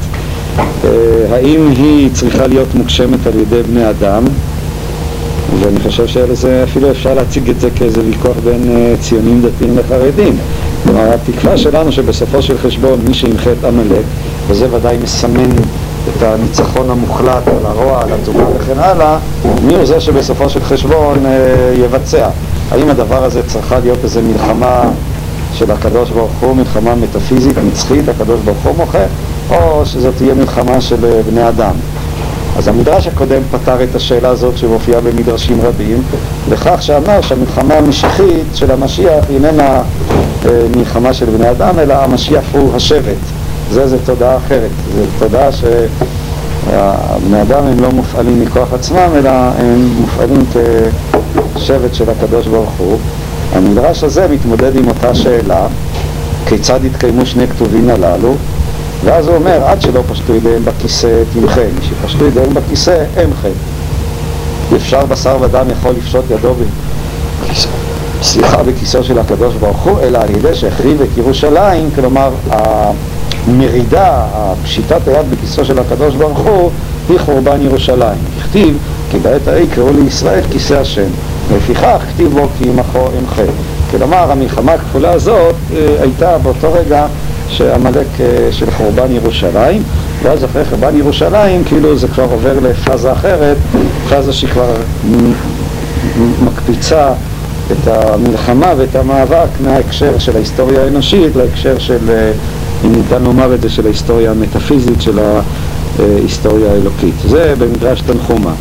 האם היא צריכה להיות מוגשמת על ידי בני אדם? ואני חושב שלזה אפילו אפשר להציג את זה כאיזה ויכוח בין ציונים דתיים לחרדים. כלומר, התקווה שלנו שבסופו של חשבון מי שימחה את עמלק, וזה ודאי מסמן את הניצחון המוחלט על הרוע, על הטומאה וכן הלאה, מי הוא זה שבסופו של חשבון אה, יבצע? האם הדבר הזה צריכה להיות איזו מלחמה של הקדוש ברוך הוא, מלחמה מטאפיזית, נצחית, הקדוש ברוך הוא מוחה, או שזאת תהיה מלחמה של בני אדם? אז המדרש הקודם פתר את השאלה הזאת שמופיעה במדרשים רבים, לכך שאמר שהמלחמה המשיחית של המשיח איננה אה, מלחמה של בני אדם, אלא המשיח הוא השבט. זה זה תודעה אחרת, זה תודעה שהבני אדם הם לא מופעלים מכוח עצמם, אלא הם מופעלים כשבט של הקדוש ברוך הוא. המדרש הזה מתמודד עם אותה שאלה, כיצד התקיימו שני כתובים הללו, ואז הוא אומר, עד שלא פשטו ידיהם בכיסא תמחה, שפשטו ידיהם בכיסא אמחה. אפשר בשר ודם יכול לפשוט ידו בכיסא, סליחה, בכיסאו של הקדוש ברוך הוא, אלא על ידי שהחריב את ירושלים, כלומר המרידה, פשיטת היד בכיסאו של הקדוש ברוך הוא, היא חורבן ירושלים. כתיב, כי בעת ההיא קראו לישראל כיסא השם, ולפיכך כתיב בו כי ימחו ימחה. כלומר, המלחמה הכפולה הזאת הייתה באותו רגע שעמלק של חורבן ירושלים, ואז אחרי חורבן ירושלים כאילו זה כבר עובר לפאזה אחרת, פאזה שכבר מקפיצה את המלחמה ואת המאבק מההקשר של ההיסטוריה האנושית להקשר של, אם ניתן לומר את זה, של ההיסטוריה המטאפיזית, של ההיסטוריה האלוקית. זה במדרש תנחומא.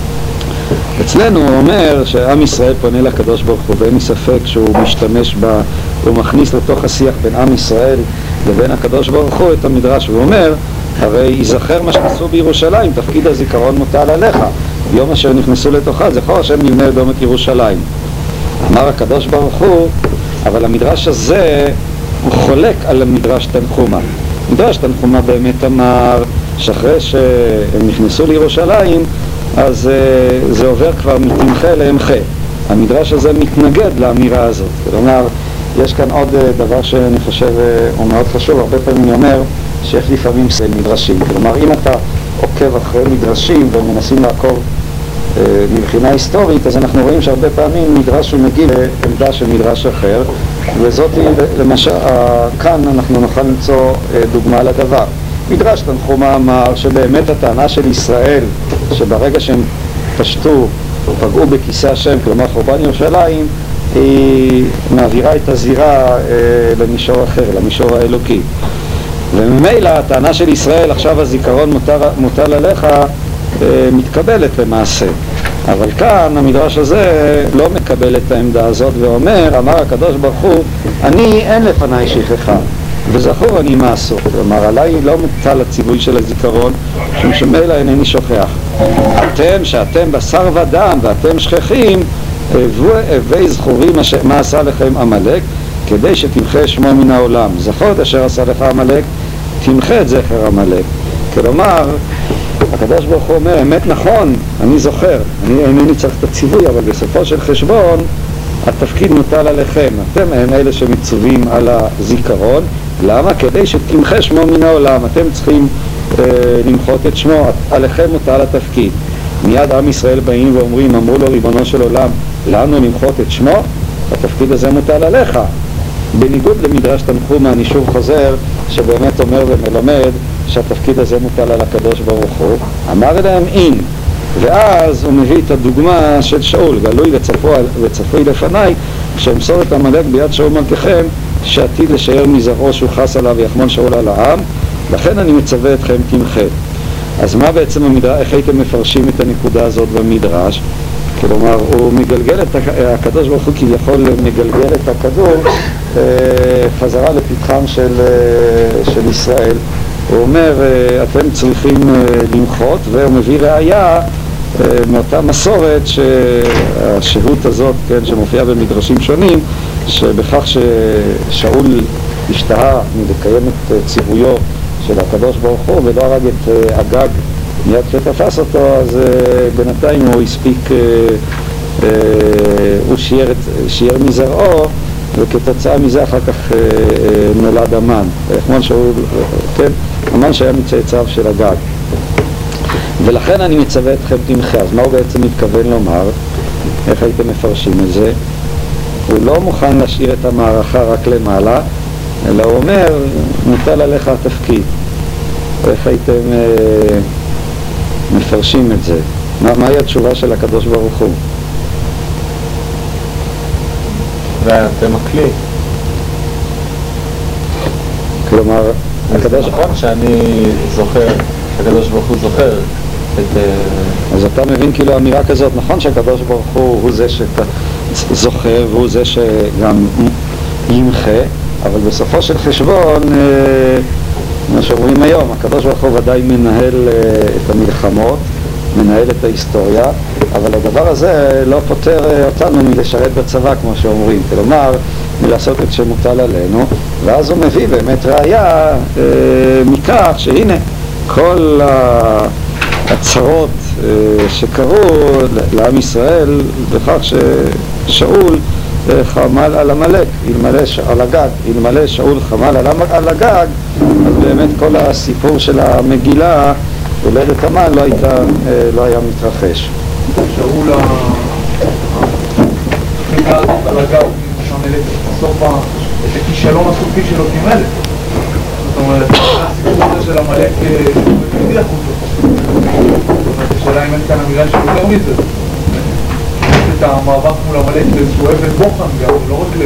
אצלנו הוא אומר שעם ישראל פונה לקדוש ברוך הוא, ואין לי ספק שהוא משתמש בה, הוא מכניס לתוך השיח בין עם ישראל לבין הקדוש ברוך הוא את המדרש, והוא אומר, הרי יזכר מה שעשו בירושלים, תפקיד הזיכרון מוטל עליך, ביום אשר נכנסו לתוכה, זכור השם נבנה אדום את ירושלים. אמר הקדוש ברוך הוא, אבל המדרש הזה הוא חולק על המדרש תנחומא. מדרש תנחומא באמת אמר שאחרי שהם נכנסו לירושלים, אז uh, זה עובר כבר מתמחה להמחה. המדרש הזה מתנגד לאמירה הזאת. כלומר, יש כאן עוד uh, דבר שאני חושב uh, הוא מאוד חשוב. הרבה פעמים אני אומר שיש לפעמים סל מדרשים. כלומר, אם אתה עוקב אחרי מדרשים ומנסים לעקוב uh, מבחינה היסטורית, אז אנחנו רואים שהרבה פעמים מדרש הוא מגיע לעמדה של מדרש אחר, וזאת למשל, uh, כאן אנחנו נוכל למצוא uh, דוגמה לדבר. מדרש תנחומא אמר שבאמת הטענה של ישראל שברגע שהם פשטו ופגעו בכיסא השם, כלומר חורבן ירושלים, היא מעבירה את הזירה אה, למישור אחר, למישור האלוקי. וממילא הטענה של ישראל, עכשיו הזיכרון מוטל, מוטל עליך, אה, מתקבלת למעשה. אבל כאן המדרש הזה לא מקבל את העמדה הזאת ואומר, אמר הקדוש ברוך הוא, אני אין לפניי שכחה וזכור אני מעשו. כלומר, עליי לא מוטל הציווי של הזיכרון, משום שמילא אינני שוכח. אתם, שאתם בשר ודם ואתם שכחים, הווי זכורים מה עשה לכם עמלק, כדי שתמחה שמו מן העולם. זכור את אשר עשה לך עמלק, תמחה את זכר עמלק. כלומר, הקדוש ברוך הוא אומר, אמת נכון, אני זוכר, אני אינני צריך את הציווי, אבל בסופו של חשבון, התפקיד מוטל עליכם. אתם הם אלה שמצווים על הזיכרון. למה? כדי שתמחה שמו מן העולם. אתם צריכים אה, למחות את שמו, עליכם מוטל התפקיד. מיד עם ישראל באים ואומרים, אמרו לו ריבונו של עולם, לנו למחות את שמו? התפקיד הזה מוטל עליך. בניגוד למדרש תנחומא, אני שוב חוזר, שבאמת אומר ומלמד שהתפקיד הזה מוטל על הקדוש ברוך הוא. אמר להם אין. ואז הוא מביא את הדוגמה של שאול, גלוי וצפוי, וצפוי לפניי, שאמסור את עמלק ביד שאול מלככם, שעתיד לשער מזרעו שהוא חס עליו ויחמול שאול על העם, לכן אני מצווה אתכם תמחה. אז מה בעצם המדרש, איך הייתם מפרשים את הנקודה הזאת במדרש? כלומר, הוא מגלגל את, הקדוש ברוך הוא כביכול מגלגל את הכדור אה, חזרה לפתחם של, אה, של ישראל. הוא אומר, אה, אתם צריכים אה, למחות, והוא מביא ראיה אה, מאותה מסורת שהשהות הזאת, כן, שמופיעה במדרשים שונים, שבכך ששאול השתהה מלקיים את ציוויו של הקדוש ברוך הוא ולא הרג את אה, אגג מיד שתפס אותו, אז uh, בינתיים הוא הספיק, uh, uh, הוא שיער, שיער מזרעו, וכתוצאה מזה אחר כך uh, uh, נולד המן. המן שאול, כן, המן שהיה מצאצאיו של אגג. ולכן אני מצווה אתכם תמחה. אז מה הוא בעצם מתכוון לומר? איך הייתם מפרשים את זה? הוא לא מוכן להשאיר את המערכה רק למעלה, אלא הוא אומר, נוטל עליך התפקיד. איך הייתם uh, מפרשים את זה? מה, מהי התשובה של הקדוש ברוך הוא? ואתם הכלי. כלומר, הקדוש... נכון שאני זוכר, הקדוש ברוך הוא זוכר את... אז אתה מבין כאילו אמירה כזאת, נכון שהקדוש ברוך הוא הוא זה שזוכר והוא זה שגם ימחה, אבל בסופו של חשבון, מה שאומרים היום, הקדוש ברוך הוא ודאי מנהל את המלחמות, מנהל את ההיסטוריה, אבל הדבר הזה לא פותר אותנו מלשרת בצבא, כמו שאומרים, כלומר, מלעשות את שמוטל עלינו, ואז הוא מביא באמת ראיה אה, מכך שהנה, כל הצרות אה, שקרו לעם ישראל, בכך ששאול אה, חמל על עמלק, אלמלא על הגג, אלמלא שאול חמל על הגג, אז באמת כל הסיפור של המגילה, הולדת המן, לא, הייתה, אה, לא היה מתרחש. שאול החלטה על הגג, שהמלך בסוף את הכישלון הסופי שלו כמלך. זאת אומרת, הסיפור הזה של המלך שמדיח אותו. זאת אומרת, השאלה אם אין כאן המילה של יותר מזה. את המאבק מול המלך לאיזשהו אבן בוחן גם, לא רק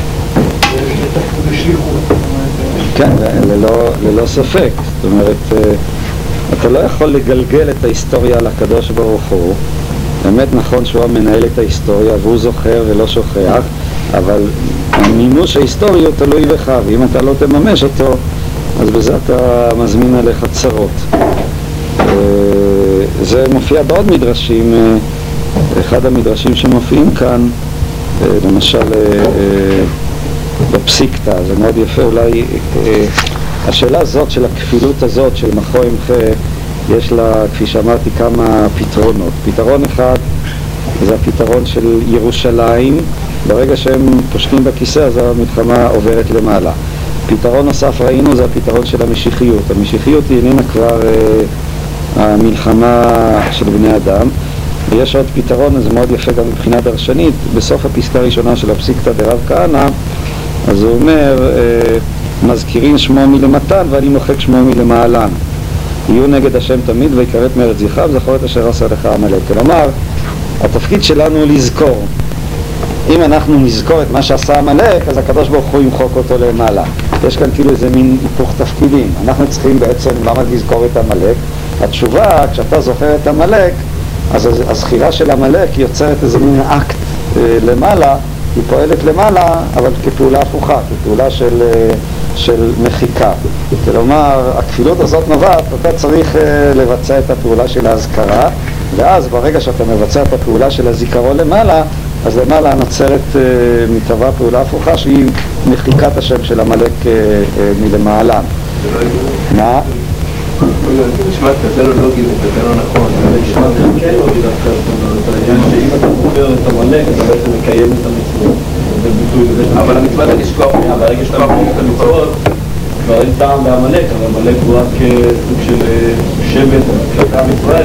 לשליחות. כן, ללא ספק. זאת אומרת, אתה לא יכול לגלגל את ההיסטוריה על הקדוש ברוך הוא. באמת נכון שהוא מנהל את ההיסטוריה והוא זוכר ולא שוכח, אבל המימוש ההיסטורי הוא תלוי בך, ואם אתה לא תממש אותו, אז בזה אתה מזמין עליך צרות. זה מופיע בעוד מדרשים, אחד המדרשים שמופיעים כאן, למשל בפסיקתא, זה מאוד יפה, אולי השאלה הזאת של הכפילות הזאת של מחו ימחה, יש לה, כפי שאמרתי, כמה פתרונות. פתרון אחד זה הפתרון של ירושלים, ברגע שהם פושטים בכיסא אז המלחמה עוברת למעלה. פתרון נוסף ראינו זה הפתרון של המשיחיות. המשיחיות היא איננה כבר אה, המלחמה של בני אדם. ויש עוד פתרון, זה מאוד יפה גם מבחינה דרשנית, בסוף הפסקה הראשונה של הפסיקתא דרב כהנא, אז הוא אומר, אה, מזכירים שמו מלמתן ואני מוחק שמו מלמעלן. יהיו נגד השם תמיד ויקראת מארץ זכר וזכור את אשר עשה לך עמלק. כלומר, התפקיד שלנו הוא לזכור. אם אנחנו נזכור את מה שעשה עמלק, אז הקדוש ברוך הוא ימחוק אותו למעלה. יש כאן כאילו איזה מין היפוך תפקידים. אנחנו צריכים בעצם למה לזכור את עמלק. התשובה, כשאתה זוכר את עמלק, אז הזכירה של עמלק יוצרת איזה מין אקט אה, למעלה, היא פועלת למעלה, אבל כפעולה הפוכה, כפעולה של, של מחיקה. כלומר, הכפילות הזאת נובעת, אתה צריך לבצע את הפעולה של ההזכרה, ואז ברגע שאתה מבצע את הפעולה של הזיכרון למעלה, אז למעלה נוצרת מטבע פעולה הפוכה, שהיא מחיקת השם של עמלק מלמעלה. מה? זה נשמע כזה לא לוגי וכזה לא נכון, זה נשמע כן לוגי דווקא, שאם אתה בוחר את עמלק, אתה בעצם מקיים את המצוות. אבל המצוות יש כבר פנייה, ברגע שאתה מקיים את המצוות, כבר אין טעם בעמלק, אבל עמלק הוא רק סוג של שבט כלפי עם ישראל.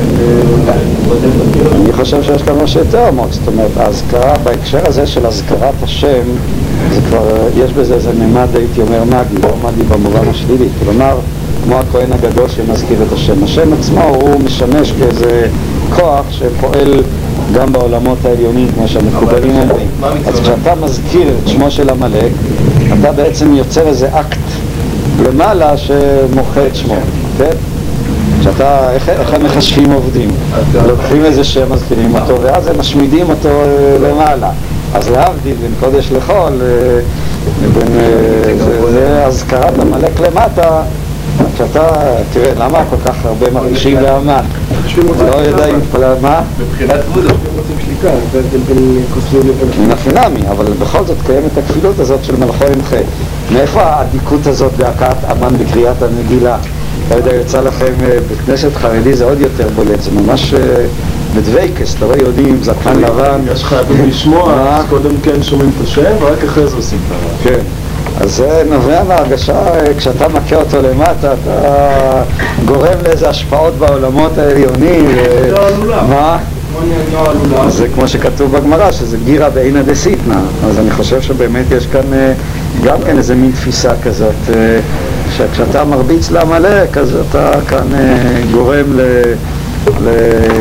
אני חושב שיש כאן משהו יותר עמוק, זאת אומרת, ההזכרה, בהקשר הזה של הזכרת השם, זה כבר, יש בזה איזה ממד, הייתי אומר, מגי, לא מגי במובן השלילי, כלומר, כמו הכהן הגדול שמזכיר את השם. השם עצמו הוא משמש כאיזה כוח שפועל גם בעולמות העליונים, כמו שהמקובלים אומרים. אז כשאתה מזכיר את שמו של עמלק, אתה בעצם יוצר איזה אקט למעלה שמוחה את שמו, כן? כשאתה, איך, איך המחשבים עובדים? לוקחים איזה שם, מזכירים אותו, ואז הם משמידים אותו למעלה. אז להבדיל בין קודש לחול, בין, זה, זה הזכרת עמלק למטה, כשאתה, תראה, למה כל כך הרבה מרגישים לאמן? לא יודע אם, מה? מבחינת וודו. רוצים שליטה, בין קוסמים לבין... מן הפינמי, אבל בכל זאת קיימת הכפילות הזאת של מלכו ימחה. מאיפה העדיקות הזאת בהכאת אמן בקריאת הנגילה? לא יודע, יוצא לכם בית כנסת חרדי, זה עוד יותר בולט, זה ממש בדוויקס, אתה רואה יהודים, זקן לבן. יש חייבים לשמוע, אז קודם כן שומעים את השם, ורק אחרי זה עושים את הרע. כן, אז זה נובע מהרגשה, כשאתה מכה אותו למטה, אתה גורם לאיזה השפעות בעולמות העליונים. לא עלולה. מה? זה כמו שכתוב בגמרא, שזה גירה בעינא דסיטנא. אז אני חושב שבאמת יש כאן גם כן איזה מין תפיסה כזאת, שכשאתה מרביץ לעמלק, אז אתה כאן גורם ל... ל...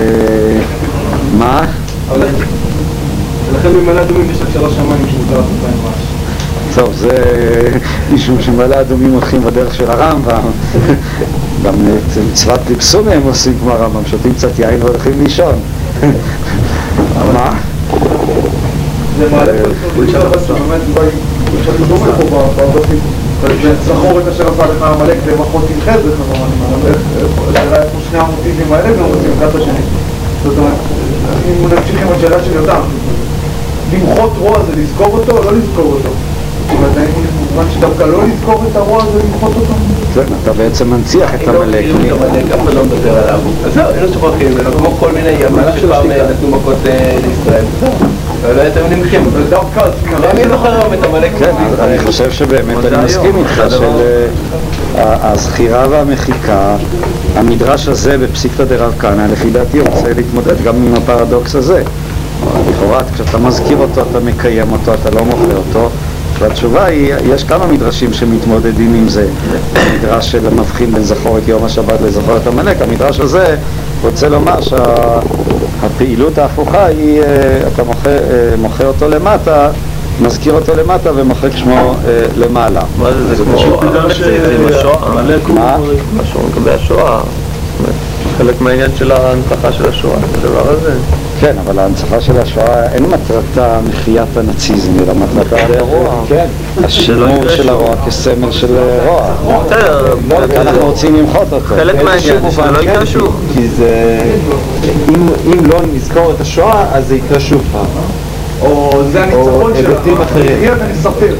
מה? ולכן במעלה אדומים יש רק שלוש שמיים שמותר לחוקה עם רעש. טוב, זה משום שמעלה אדומים הולכים בדרך של הרמב"ם. גם מצוות לפסומי הם עושים כמו הרמב"ם, שותים קצת יין והולכים לישון. מה? זה מעלה כל כך בסדר, באמת, כשאתה דומה פה בבסיס, זכור את אשר עשה לך עמלק ומחות תמחה את זה, השאלה איפה שני המוטיבים האלה גם רוצים אחד השני. זאת אומרת, אם נמשיך עם השאלה של יותם, למחות רוע זה לזכור אותו או לא לזכור אותו? זאת אומרת, האם הוא מובן שדווקא לא לזכור את הרוע זה למחות אותו? כן, אתה בעצם מנציח את עמלק. גם לא מדבר עליו. אז זהו, אין לו שוכחים, כמו כל מיני ימים שפעם נתנו מכות לישראל. ולא הייתם נמחים, אבל דווקא אני זוכר היום את עמלק. כן, אני חושב שבאמת אני מסכים איתך שהזכירה והמחיקה, המדרש הזה בפסיקתא דרב כהנא, לפי דעתי רוצה להתמודד גם עם הפרדוקס הזה. לכאורה, כשאתה מזכיר אותו, אתה מקיים אותו, אתה לא מוכר אותו. והתשובה היא, יש כמה מדרשים שמתמודדים עם זה. המדרש של המבחין בין זכור את יום השבת לזכור את עמלק. המדרש הזה רוצה לומר שהפעילות ההפוכה היא, אתה מוכר אותו למטה, מזכיר אותו למטה ומוחק שמו למעלה. מה זה? זה כמו עמלק הוא משהו לגבי השואה. חלק מהעניין של ההנצחה של השואה, הדבר הזה. כן, אבל ההנצחה של השואה אין מטרתה מחיית הנאציזם, אלא מטרתה הרוע. כן, השימור של הרוע כסמל של רוע. בסדר, אנחנו רוצים למחות אותו. חלק מהעניין זה שזה לא יקרה שוב. כי זה... אם לא נזכור את השואה, אז זה יקרה שוב פעם. או זה הניצחון של היבטים אחרים. הניצחון ונספר.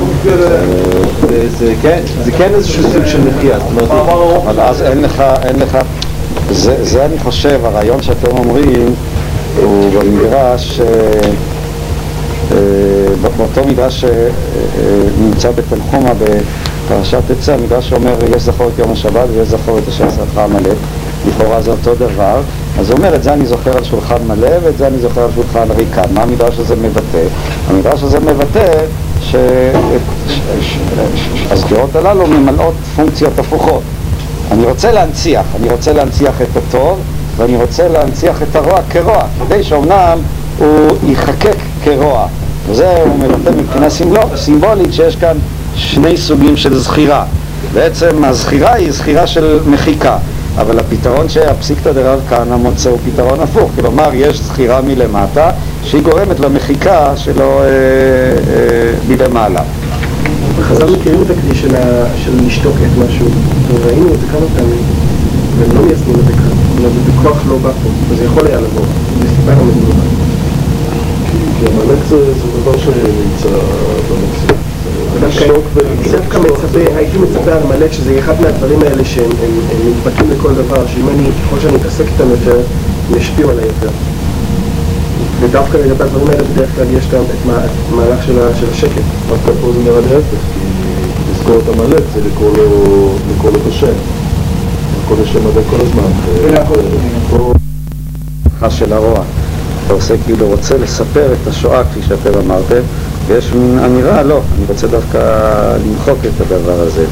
זה כן איזשהו סוג של מחייה. אבל אז אין לך, אין לך... זה אני חושב, הרעיון שאתם אומרים הוא במדרש, באותו מדרש שנמצא בתנחומא בפרשת תצא, המדרש שאומר יש זכור את יום השבת ויש זכור את אשר עשה עמלק, לכאורה זה אותו דבר. אז הוא אומר, את זה אני זוכר על שולחן מלא ואת זה אני זוכר על שולחן ריקן. מה המדרש הזה מבטא? המדרש הזה מבטא שהזכירות הללו ממלאות פונקציות הפוכות. אני רוצה להנציח, אני רוצה להנציח את הטוב ואני רוצה להנציח את הרוע כרוע, כדי שאומנם הוא ייחקק כרוע. וזה הוא מבטא מבחינה סימבולית שיש כאן שני סוגים של זכירה. בעצם הזכירה היא זכירה של מחיקה, אבל הפתרון שהפסיקתא דרב כהנא מוצא הוא פתרון הפוך. כלומר, יש זכירה מלמטה שהיא גורמת למחיקה שלו אה, אה, מלמעלה. חז"ל מכירים את הכלי של לשתוק את משהו, וראינו את זה כמה פעמים, והם לא מיישמים את זה כאן, אבל זה בכוח לא בא פה, וזה יכול היה לבוא, זה סיבה לא מדובר. כי עמלק זה דבר שנמצא במציאות. דווקא מצפה, הייתי מצפה על עמלק שזה אחד מהדברים האלה שהם מתבטאים לכל דבר, שאם אני, ככל שאני מתעסק איתם יותר, הם ישפיעו עליי יותר. ודווקא לגבי הדברים האלה בדרך כלל יש גם את המהלך של השקט. דווקא פה זה נראה לי אפס, כי לזכור את עמלק זה לקרוא לו את השם. לקרוא את השם עד כל הזמן. של הרוע. אתה עושה כאילו רוצה לספר את השואה כפי שאתם אמרתם, ויש מין אמירה, לא, אני רוצה דווקא למחוק את הדבר הזה.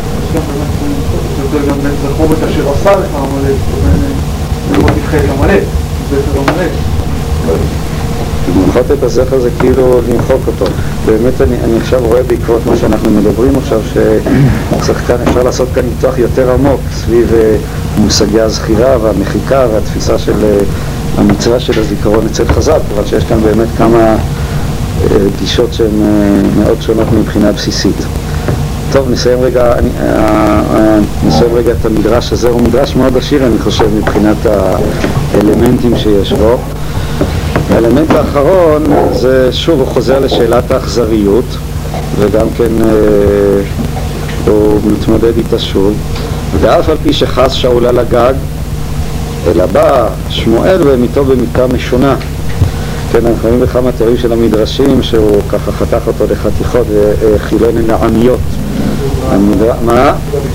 זה גם בין זכור את אשר עשה לך עמלק, ובין לראות איתך את עמלק, זה את עמלק. למחות את הזכר זה כאילו למחוק אותו. באמת אני, אני עכשיו רואה בעקבות מה שאנחנו מדברים עכשיו, שצריך כאן, אפשר לעשות כאן ניתוח יותר עמוק סביב uh, מושגי הזכירה והמחיקה והתפיסה של uh, המצווה של הזיכרון אצל חז"ל, אבל שיש כאן באמת כמה uh, גישות שהן uh, מאוד שונות מבחינה בסיסית. טוב, נסיים רגע, אני, uh, uh, נסיים רגע את המדרש הזה, הוא מדרש מאוד עשיר אני חושב מבחינת האלמנטים שיש בו. האלמנט האחרון זה שוב הוא חוזר לשאלת האכזריות וגם כן אה, הוא מתמודד איתה שוב, ואף על פי שחס שאול על הגג אלא בא שמואל ומיתו במיתה משונה. כן, אנחנו רואים בכמה תיאורים של המדרשים שהוא ככה חתך אותו לחתיכות וחילון לעניות. מה?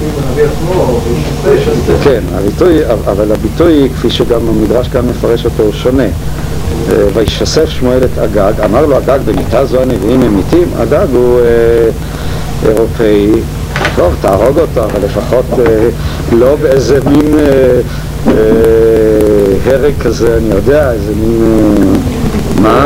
כן, הביטוי, אבל הביטוי כפי שגם המדרש כאן מפרש אותו הוא שונה. וישסף שמואל את אגג, אמר לו אגג במיתה זו הנביאים הם מתים, אגג הוא אה, אירופאי, טוב תהרוג אותו, אבל לפחות אה, לא באיזה מין אה, אה, הרג כזה, אני יודע, איזה מין אה, מה?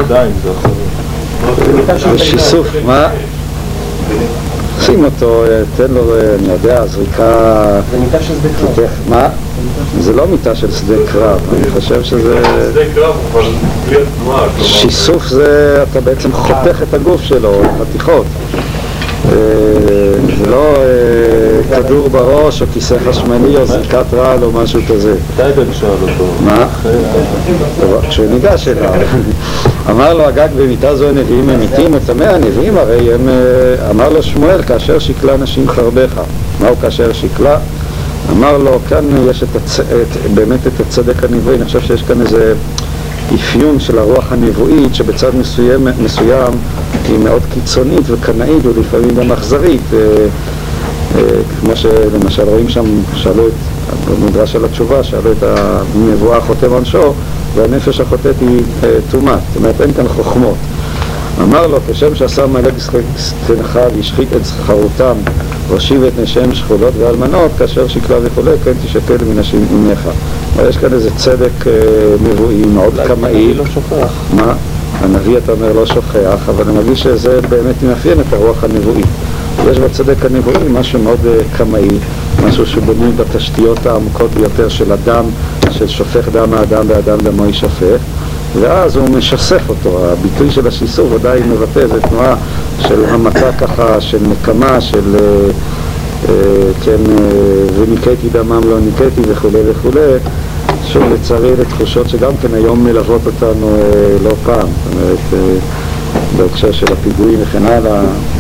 זה שיסוף, מה? שים אותו, תן לו, אני יודע, זריקה... זה מיטה של שדה קרב. מה? זה לא מיטה של שדה קרב, אני חושב שזה... שדה קרב, אבל בלי התנועה. שיסוף זה, אתה בעצם חותך את הגוף שלו, חתיכות. זה לא כדור בראש או כיסא חשמלי או זריקת רעל או משהו כזה. מתי בן שאל אותו? מה? כשהוא ניגש אליו. אמר לו הגג במיתה זו הנביאים הם מתים, וטמא הנביאים הרי הם, אמר לו שמואל כאשר שקלה נשים חרבך. מהו כאשר שקלה? אמר לו כאן יש את הצ... את... באמת את הצדק הנבואי. אני חושב שיש כאן איזה אפיון של הרוח הנבואית שבצד מסוים, מסוים היא מאוד קיצונית וקנאית ולפעמים גם אכזרית, אה, אה, כמו שלמשל רואים שם, שאלו את במדרש על התשובה, שאלו את הנבואה החוטא עונשו והנפש החוטאת היא טומאה, זאת אומרת אין כאן חוכמות. אמר לו כשם שעשה עמלק זקנך והשחית את זכרותם והושיב את נשיהם שכולות ואלמנות כאשר שקלה וכולי כן תשקל מנשים אמך. אבל יש כאן איזה צדק מבואי מאוד קמאי. לא שוכח. מה? הנביא אתה אומר לא שוכח, אבל אני מרגיש שזה באמת מאפיין את הרוח הנבואי. יש בצדק הנבואי משהו מאוד קמאי, משהו שבנוי בתשתיות העמוקות ביותר של אדם, של שופך דם האדם באדם דמו יישפך, ואז הוא משסף אותו. הביטוי של השיסוף ודאי מבטא איזו תנועה של המתה ככה, של נקמה, של אה, כן, אה, וניקתי דמם לא ניקתי וכו' וכו'. שוב לצערי לתחושות שגם כן היום מלוות אותנו אה, לא פעם, זאת אומרת אה, בהקשר של הפיגועים וכן הלאה.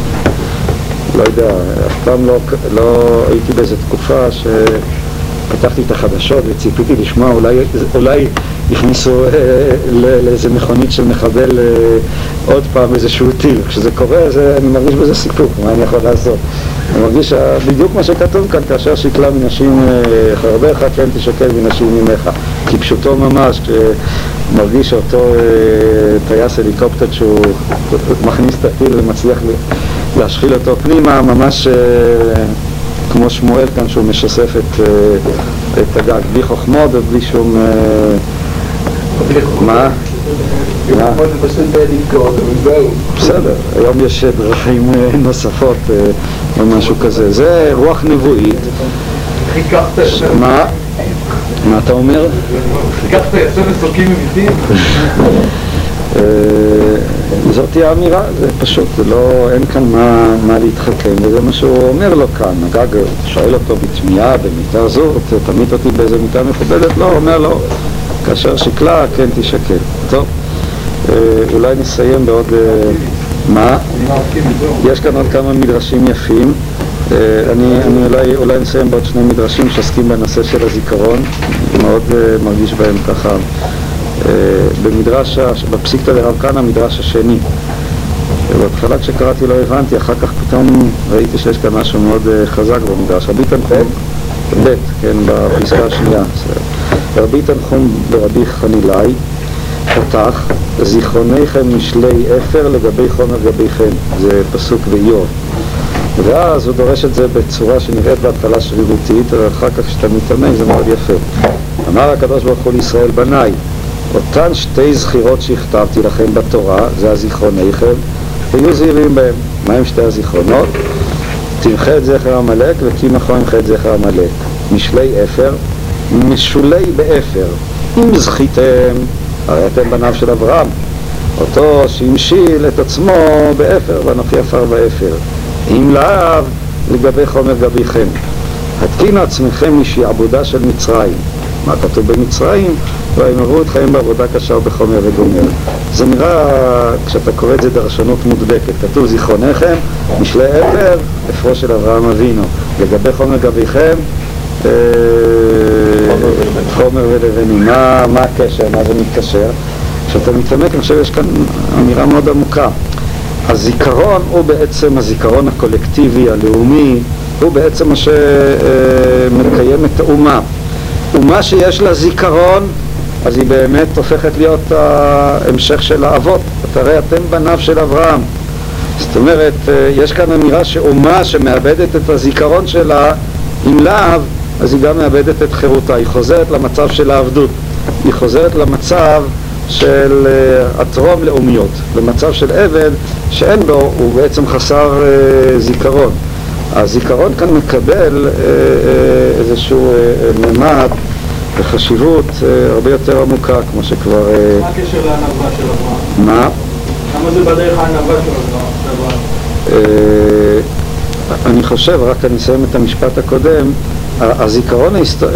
לא יודע, אף פעם לא, לא הייתי באיזו תקופה שפתחתי את החדשות וציפיתי לשמוע אולי, אולי הכניסו אה, לאיזה מכונית של מחבל אה, עוד פעם איזשהו טיל. כשזה קורה זה, אני מרגיש בזה סיפוק, מה אני יכול לעשות? אני מרגיש בדיוק מה שכתוב כאן, כאשר שקלה מנשים אה, חרבך כן תשקל מנשים ממך, כי פשוטו ממש, כשמרגיש שאותו אה, טייס הליקופטר שהוא מכניס את הטיל ומצליח להשחיל אותו פנימה, ממש אה, כמו שמואל כאן שהוא משסף את, אה, את הגג, בלי חוכמות ובלי שום... אה, מה? זה פשוט לבכות, וזהו. בסדר, היום יש דרכים נוספות או משהו כזה. זה רוח נבואית. חיככת יפה. מה? מה אתה אומר? חיככת יפה מסוקים ממיתים? זאת היא האמירה, זה פשוט, זה לא, אין כאן מה, מה להתחכם, וזה מה שהוא אומר לו כאן. הגג שואל אותו בתמיהה, במיטה זו, תמית אותי באיזה מיטה מכובדת? לא, אומר לו, כאשר שקלה, כן תשקל. טוב, אולי נסיים בעוד... מה? יש כאן עוד כמה מדרשים יפים. אני, אני אולי, אולי נסיים בעוד שני מדרשים שעוסקים בנושא של הזיכרון. מאוד מרגיש בהם ככה. במדרש, בפסיקתא דרב כהנא, המדרש השני. בהתחלה כשקראתי לא הבנתי, אחר כך פתאום ראיתי שיש כאן משהו מאוד חזק במדרש. רבי תנחום, ב', כן, בפסקה השנייה. רבי תנחום ברבי חנילאי פתח, זיכרוניכם משלי אפר לגבי חומר גביכם, זה פסוק באיוב. ואז הוא דורש את זה בצורה שנראית בהתחלה שרירותית, ואחר כך כשאתה מתאמן זה מאוד יפה. אמר הקדוש ברוך הוא לישראל בניי, אותן שתי זכירות שהכתבתי לכם בתורה, זה הזיכרוניכם, תהיו זהירים בהם. מהם שתי הזיכרונות? תמחה את זכר עמלק וכי נכון ימחה את זכר עמלק. משלי אפר, משולי באפר. אם זכיתם, הרי אתם בניו של אברהם, אותו שהמשיל את עצמו באפר, ואנוכי עפר באפר. אם לאו, לגבי חומר גביכם. התקינו עצמכם משעבודה של מצרים. מה כתוב במצרים? ויאמרו אתכם בעבודה קשה ובחומר וגומר. זה נראה, כשאתה קורא את זה דרשנות מודבקת, כתוב זיכרונכם, משלי אפר, אפרו של אברהם אבינו. לגבי חומר גביכם, אה, חומר ולבנים. מה, מה הקשר? מה זה מתקשר? כשאתה מתעמק, אני חושב, יש כאן אמירה מאוד עמוקה. הזיכרון הוא בעצם הזיכרון הקולקטיבי, הלאומי, הוא בעצם מה שמקיים את האומה. אומה שיש לה זיכרון, אז היא באמת הופכת להיות ההמשך של האבות. תראה, אתם בניו של אברהם. זאת אומרת, יש כאן אמירה שאומה שמאבדת את הזיכרון שלה, אם לאו, אז היא גם מאבדת את חירותה. היא חוזרת למצב של העבדות. היא חוזרת למצב של הטרום לאומיות, למצב של עבד שאין בו, הוא בעצם חסר זיכרון. הזיכרון כאן מקבל איזשהו ממד וחשיבות הרבה יותר עמוקה, כמו שכבר... מה הקשר לענווה של אברהם? מה? למה זה בדרך הענווה של אברהם? אני חושב, רק אני אסיים את המשפט הקודם, הזיכרון ההיסטורי,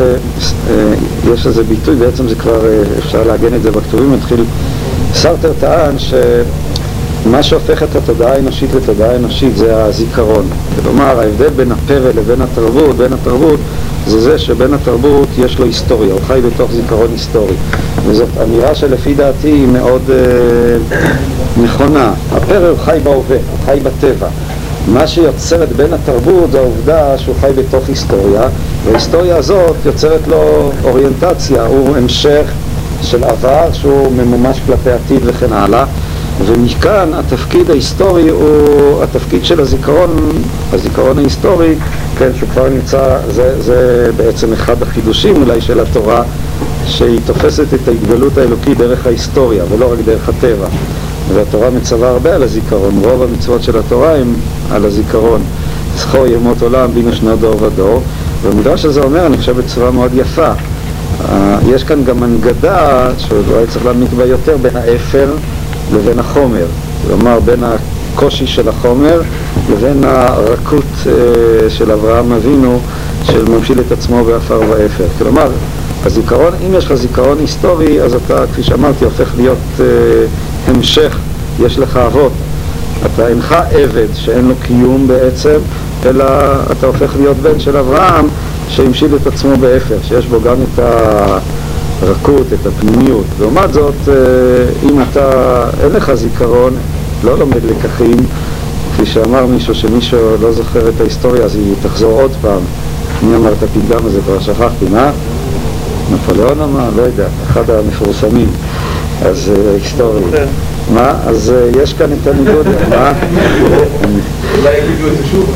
יש לזה ביטוי, בעצם זה כבר, אפשר לעגן את זה בכתובים, מתחיל, סרטר טען שמה שהופך את התודעה האנושית לתודעה האנושית זה הזיכרון. כלומר, ההבדל בין הפרא לבין התרבות, בין התרבות, זה זה שבין התרבות יש לו היסטוריה, הוא חי בתוך זיכרון היסטורי. וזאת אמירה שלפי דעתי היא מאוד אה, נכונה. הפרא הוא חי בהווה, הוא חי בטבע. מה שיוצרת בין התרבות זה העובדה שהוא חי בתוך היסטוריה, וההיסטוריה הזאת יוצרת לו אוריינטציה, הוא המשך של עבר שהוא ממומש כלפי עתיד וכן הלאה, ומכאן התפקיד ההיסטורי הוא התפקיד של הזיכרון, הזיכרון ההיסטורי, כן, שהוא כבר נמצא, זה, זה בעצם אחד החידושים אולי של התורה, שהיא תופסת את ההתגלות האלוקית דרך ההיסטוריה ולא רק דרך הטבע. והתורה מצווה הרבה על הזיכרון, רוב המצוות של התורה הם על הזיכרון. זכור ימות עולם בינו שנות דור ודור, והמדרש הזה אומר, אני חושב בצורה מאוד יפה, יש כאן גם הנגדה, שאולי צריך להעמיק בה יותר, בין האפר לבין החומר. כלומר, בין הקושי של החומר לבין הרכות של אברהם אבינו, של ממשיל את עצמו באפר ואפר. כלומר, הזיכרון, אם יש לך זיכרון היסטורי, אז אתה, כפי שאמרתי, הופך להיות אה, המשך, יש לך אבות. אתה אינך עבד שאין לו קיום בעצם, אלא אתה הופך להיות בן של אברהם שהמשיל את עצמו באפר, שיש בו גם את הרכות, את הפנימיות. לעומת זאת, אה, אם אתה, אין לך זיכרון, לא לומד לקחים, כפי שאמר מישהו שמישהו לא זוכר את ההיסטוריה, אז היא תחזור עוד פעם. מי אמר את הפתגם הזה? כבר שכחתי, מה? נפוליאון אמר? לא יודע, אחד המפורסמים, אז היסטורי. מה? אז יש כאן את הניגוד, מה? אולי יגידו את זה שוב?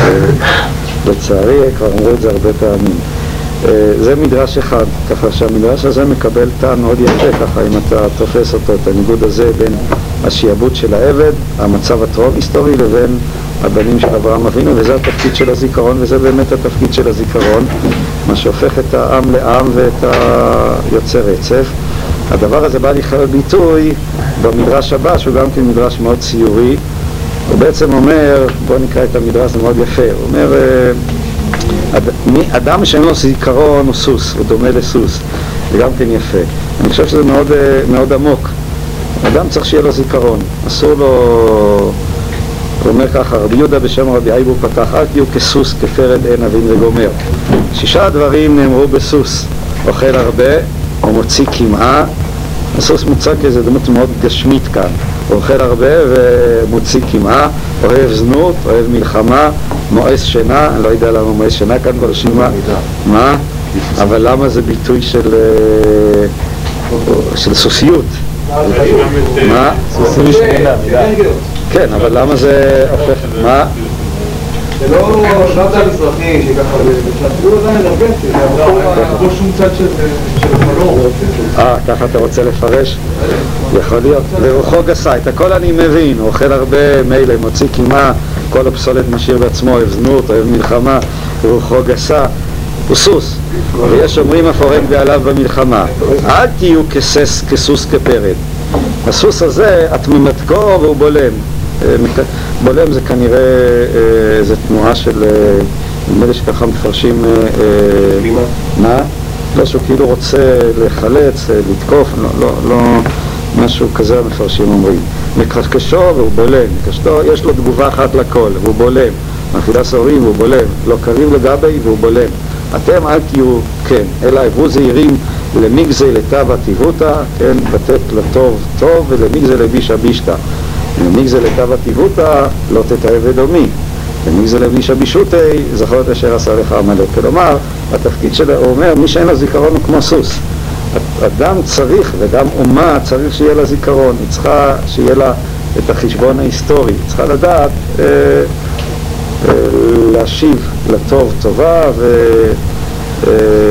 לצערי, כבר אמרו את זה הרבה פעמים. זה מדרש אחד, ככה שהמדרש הזה מקבל טעם מאוד יפה, ככה אם אתה תופס אותו, את הניגוד הזה בין השיעבוד של העבד, המצב הטרום היסטורי, לבין הבנים של אברהם אבינו, וזה התפקיד של הזיכרון, וזה באמת התפקיד של הזיכרון, מה שהופך את העם לעם ואת היוצר רצף. הדבר הזה בא לכלל ביטוי במדרש הבא, שהוא גם כן מדרש מאוד ציורי. הוא בעצם אומר, בוא נקרא את המדרש, זה מאוד יפה, הוא אומר, אדם שאין לו זיכרון הוא סוס, הוא דומה לסוס, זה גם כן יפה. אני חושב שזה מאוד, מאוד עמוק. אדם צריך שיהיה לו זיכרון, אסור לו, הוא אומר ככה, רבי יהודה בשם רבי אייבו פתח, אל תהיו כסוס, כפרד אין אבין וגומר. שישה דברים נאמרו בסוס, אוכל הרבה, הוא מוציא כמעה, הסוס מוצא כאיזו דמות מאוד גשמית כאן, הוא אוכל הרבה ומוציא כמעה, אוהב זנות, אוהב מלחמה, מואס שינה, אני לא יודע למה מואס שינה כאן ברשימה, מה? אבל למה זה ביטוי של, של סוסיות? מה? סוסים משמינה, מילה. כן, אבל למה זה הופך, מה? זה לא צד מזרחי שככה, הוא עדיין אנרגטי, לא שום צד של חלום. אה, ככה אתה רוצה לפרש? יכול להיות. ורוחו גסה, את הכל אני מבין, הוא אוכל הרבה מילא, מוציא קימה, כל הפסולת משאיר בעצמו, אוהב זנות, אוהב מלחמה, ורוחו גסה, הוא סוס. ויש אומרים הפורק בעליו במלחמה, אל תהיו כסס, כסוס כפרד. הסוס הזה, את ממתקו והוא בולם. בולם זה כנראה, זה תנועה של, נדמה לי שככה מפרשים, מה? לא, שהוא כאילו רוצה לחלץ, לתקוף, לא, לא, לא, משהו כזה המפרשים אומרים. מקשקשו והוא בולם, מקשתו, יש לו תגובה אחת לכל, והוא בולם. מאכילה סוהרים והוא בולם, לא קריב לגבי והוא בולם. אתם אל תהיו, כן, אלא עברו זהירים למיגזי לטבע טיבותה, כן, לתת לטוב טוב ולמיגזי לבישה בישתה. למיגזי לטבע טיבותה לא תתאהב אדומי. למיגזי לבישה בישותי זכור את אשר עשה לך עמלק. כלומר, התפקיד שלו, הוא אומר, מי שאין לו זיכרון הוא כמו סוס. אדם צריך, וגם אומה צריך שיהיה לה זיכרון, היא צריכה שיהיה לה את החשבון ההיסטורי, היא צריכה לדעת אה, אה, להשיב לטוב טובה ולרע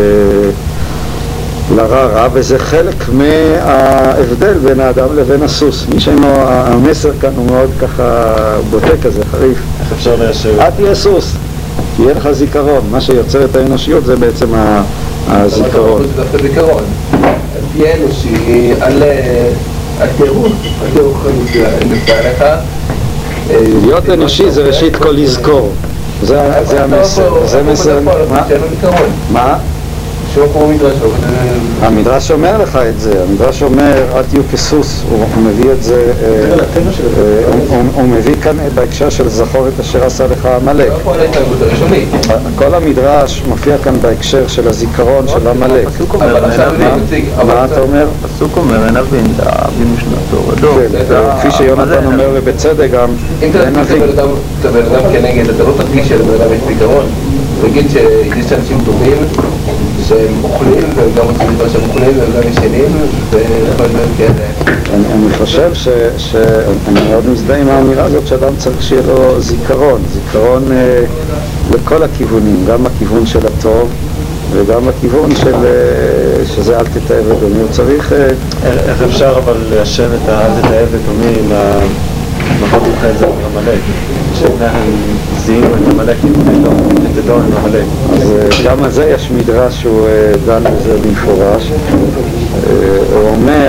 אה, רע, וזה חלק מההבדל בין האדם לבין הסוס. מי שאינו, המסר כאן הוא מאוד ככה בוטה כזה, חריף. איך אפשר ליישב? אל תהיה סוס, תהיה לך זיכרון, מה שיוצר את האנושיות זה בעצם הזיכרון. זה דווקא זיכרון. תהיה אנושי על התיאור, התיאור נמצא לך. להיות אנושי זה ראשית כל לזכור, זה המסר. זה מסר, מה? שהוא כמו מדרש, המדרש אומר לך את זה, המדרש אומר אל תהיו כסוס, הוא מביא את זה, הוא מביא כאן בהקשר של זכור את אשר עשה לך עמלק. כל המדרש מופיע כאן בהקשר של הזיכרון של עמלק. מה אתה אומר? הפסוק אומר, אין אבין, אבין משנתו רדו. כפי שיונתן אומר ובצדק גם, אם אתה בן אדם כנגד, אתה לא תרגיש שלבן אדם יש זיכרון, תגיד שיש אנשים טובים שהם אוכלים, והם גם רוצים לדבר שהם אוכלים, והם גם ישנים, וכל דברים כאלה. אני חושב שאני מאוד מזדהה עם האמירה הזאת שאדם צריך שיהיה לו זיכרון, זיכרון לכל הכיוונים, גם הכיוון של הטוב וגם הכיוון של שזה אל תתאהב אדומי. הוא צריך... איך אפשר אבל ליישב את האל תתאהב אדומי לפחות לך את זה במלאק, שהם זיהינו את המלאק את אדום עם המלאק. אז גם על זה יש מדרש שהוא דן בזה במפורש. הוא אומר,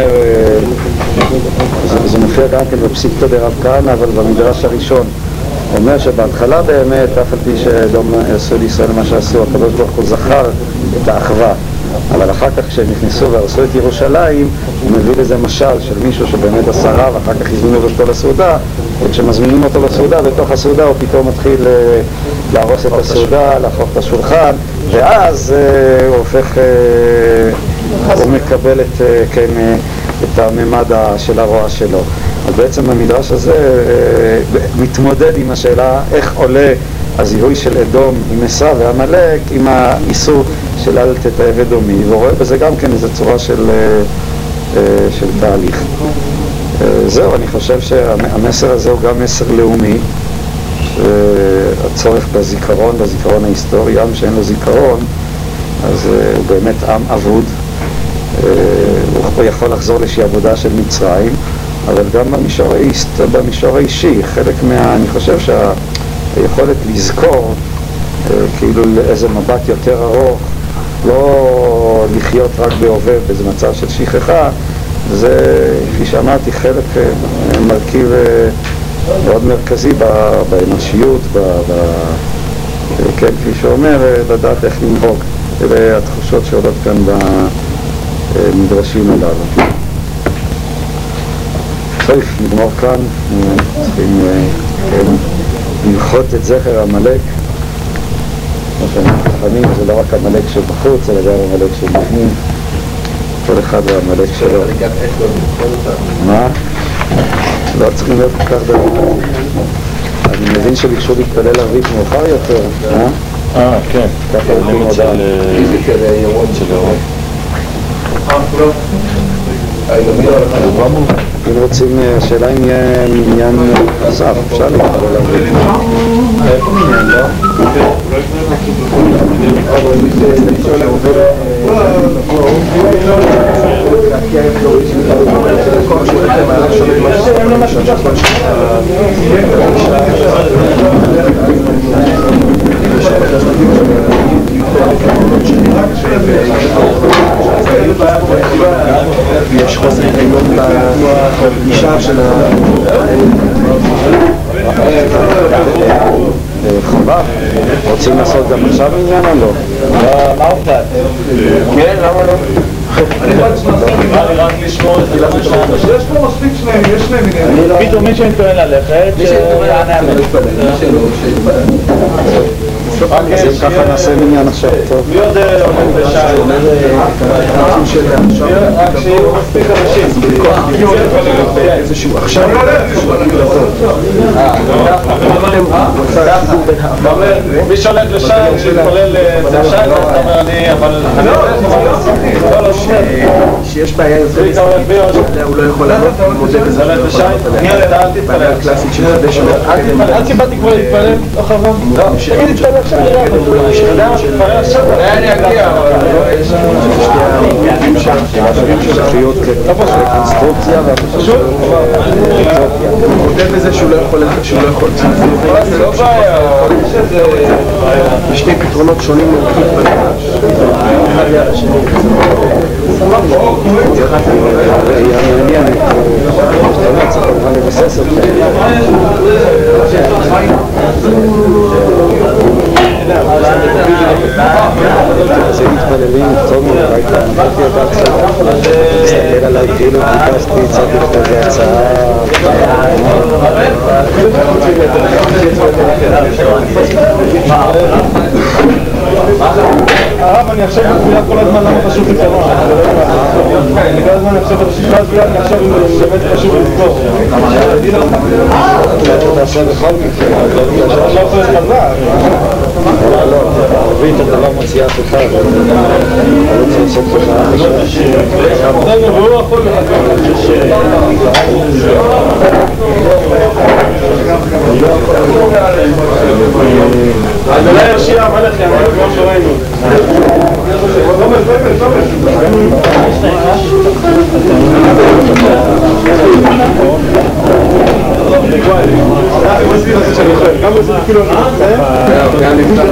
זה מופיע גם כן בפסיקתא דרב כהנא, אבל במדרש הראשון הוא אומר שבהתחלה באמת, אף על פי שאדום עשו לישראל מה שעשו, הקדוש ברוך הוא זכר את האחווה, אבל אחר כך כשהם נכנסו והרסו את ירושלים, הוא מביא לזה משל של מישהו שבאמת עשה רע, ואחר כך הזמינו אותו לסעודה, וכשמזמינים אותו לסעודה, בתוך הסעודה הוא פתאום מתחיל להרוס את הסעודה, להפוך את השולחן, ואז הוא הופך, הוא מקבל את, כן, את הממד של הרוע שלו. אז בעצם המדרש הזה מתמודד עם השאלה איך עולה הזיהוי של אדום עם עשיו ועמלק עם האיסור של אל תתאהב אדומי, והוא רואה בזה גם כן איזו צורה של, של תהליך. זהו, אני חושב שהמסר הזה הוא גם מסר לאומי, שהצורך בזיכרון, בזיכרון ההיסטורי, עם שאין לו זיכרון, אז הוא באמת עם אבוד, הוא יכול לחזור לשעבודה של מצרים, אבל גם במישור, במישור האישי, חלק מה... אני חושב שהיכולת לזכור, כאילו לאיזה מבט יותר ארוך, לא לחיות רק בהווה באיזה מצב של שכחה, זה, כפי שאמרתי, חלק מרכיב מאוד מרכזי באנושיות, ב, ב, כן, כפי שאומר, לדעת איך לנהוג. אלה התחושות שעולות כאן במדרשים הללו. טוב, נגמור כאן, צריכים ללחוט את זכר עמלק. כמו שאנחנו חכמים, זה לא רק עמלק שבחוץ, אלא גם עמלק שבפנים. כל אחד והעמלק שלו. מה? לא צריכים להיות כל כך דבר. אני מבין שביקשו להתפלל ערבית מאוחר יותר, אה? אה, כן. ככה הולכים הודעה. איזה כאלה ירון של ירון. אה, כולם? היו מי לא הולך אם רוצים, השאלה אם יהיה מניין נוסף, אפשר לקרוא להביא. איפה מניין, לא? יש חוסר היגיון בגישה של חובה, רוצים לעשות גם עכשיו עניין או לא? מה הוחלט? כן, למה לא? רק לשמור את זה למשל. יש פה מספיק שניים, יש שניים עניינים. פתאום מי שמתכוון ללכת, שיענה עליהם. אז אם ככה נעשה מניין עכשיו, טוב. מי עוד עומד בשעה? רק שיהיו מספיק אנשים. איזשהו עכשיו מי שהולך לשעה, שיתפלל לשעה, אתה אומר אני, אבל... לא, לא, שיש בעיה יותר הוא לא יכול לענות, הוא מודה בזה. אל תתפלל. הקלאסית של חדש שלו. אל תיבדתי כבר להתפלל, לא חבל. תגיד להתפלל עכשיו, תתפלל עכשיו. אני אגיע, אבל שפיות כקונסטרוקציה פשוט? הוא מודה בזה שהוא לא יכול, שהוא לא יכול. זה לא בעיה. יש שני פתרונות שונים מהותית בדרש. אחד ליד השני. העניין, שאתה צריך כמובן לבסס את זה. אז אם מתפללים, פתאום הביתה, נתתי את ההצעה, תסתכל עליי כאילו ביקשתי, הצעתי לך איזה הצעה. הרב, אני עכשיו בתפילה כל הזמן למה חשוב לצבוע. אני כל הזמן עכשיו בתפילה אני עכשיו באמת חשוב לזכור. אתה תעשה בכל מקרה. אני לא יכול לחזר. לא, ערבית אתה לא מציע אף אחד. אתה רוצה לעשות לך והוא יכול אז אולי יושיע המלך יאמר כמו שראינו. גם בזה כאילו אני מסיים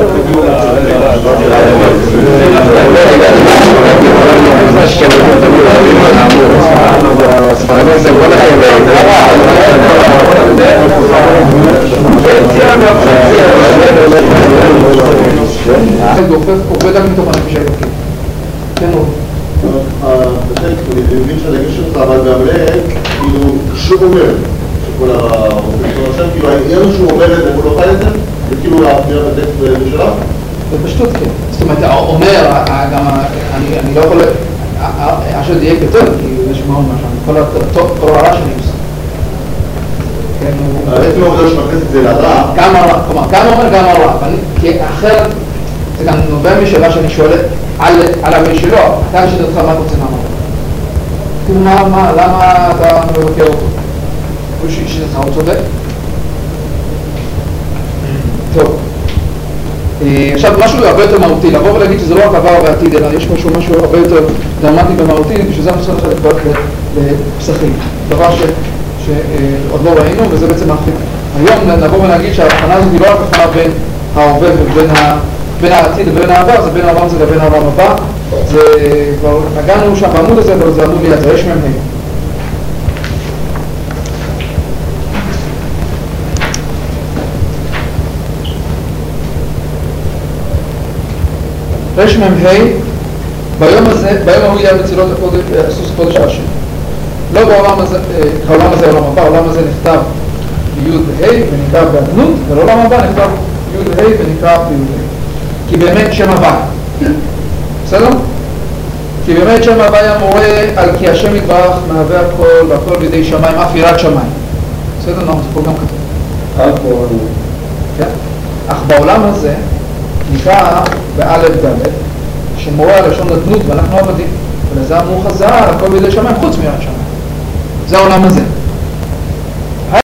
עובד רק מתוך הנפש האלוקית. כן או? בחלק אני מבין שהדגש שלך, אבל בעמלק, כאילו, כשהוא אומר, שכל הרופאים שלו השם, כאילו, העניין שהוא אומר את זה, הוא לא חי את זה, זה כאילו הפנייה בטקסט בשלב? בפשטות כן. זאת אומרת, אומר, גם, אני לא יכול, עכשיו זה יהיה יותר, כי יש מאוד משהו, כל הרע שאני עושה. בעצם העובדה שמכניס את זה לרע. גם הרע, כלומר, גם אומר, גם הרע, כי אחרת, זה גם נובע משאלה שאני שואלת על המי שלו, אתה שדתך מה אתה רוצה מאמר? כאילו, מה, למה אתה מבקר אותו? הוא שדתך, הוא צודק? טוב. עכשיו, משהו הרבה יותר מהותי, לבוא ולהגיד שזה לא רק עבר ועתיד, אלא יש משהו, משהו הרבה יותר דרמטי ומהותי, בשביל זה אני רוצה לך לפסחים. דבר שעוד לא ראינו, וזה בעצם הכי. היום נבוא ונגיד שההבחנה הזאת היא לא רק הבחנה בין ההווה ובין ה... בין העתיד לבין העבר, זה בין העולם הזה לבין העולם הבא. זה כבר נגענו שם בעמוד הזה, אבל זה עמוד ליד, זה יש מהם. יש מהם ביום הזה, ביום ההוא יהיה בצילות הסוס קודש השם. לא בעולם הזה, העולם הזה העולם הבא, העולם הזה נכתב בי' וה' ונקרא באדנות, ולעולם הבא נכתב י' וה' ונקרא בי' וה'. כי באמת שם הוויה. בסדר? כי באמת שם הוויה מורה על כי השם יתברך מהווה הכל והכל בידי שמיים, אף יראת שמיים. בסדר? נכון, זה פה גם כתוב. כן. אך בעולם הזה נקרא באלף ד' שמורה על לשון אדנות ואנחנו עבדים. ולזה אמרו חז"ל, הכל בידי שמיים חוץ מיראת שמיים. זה העולם הזה.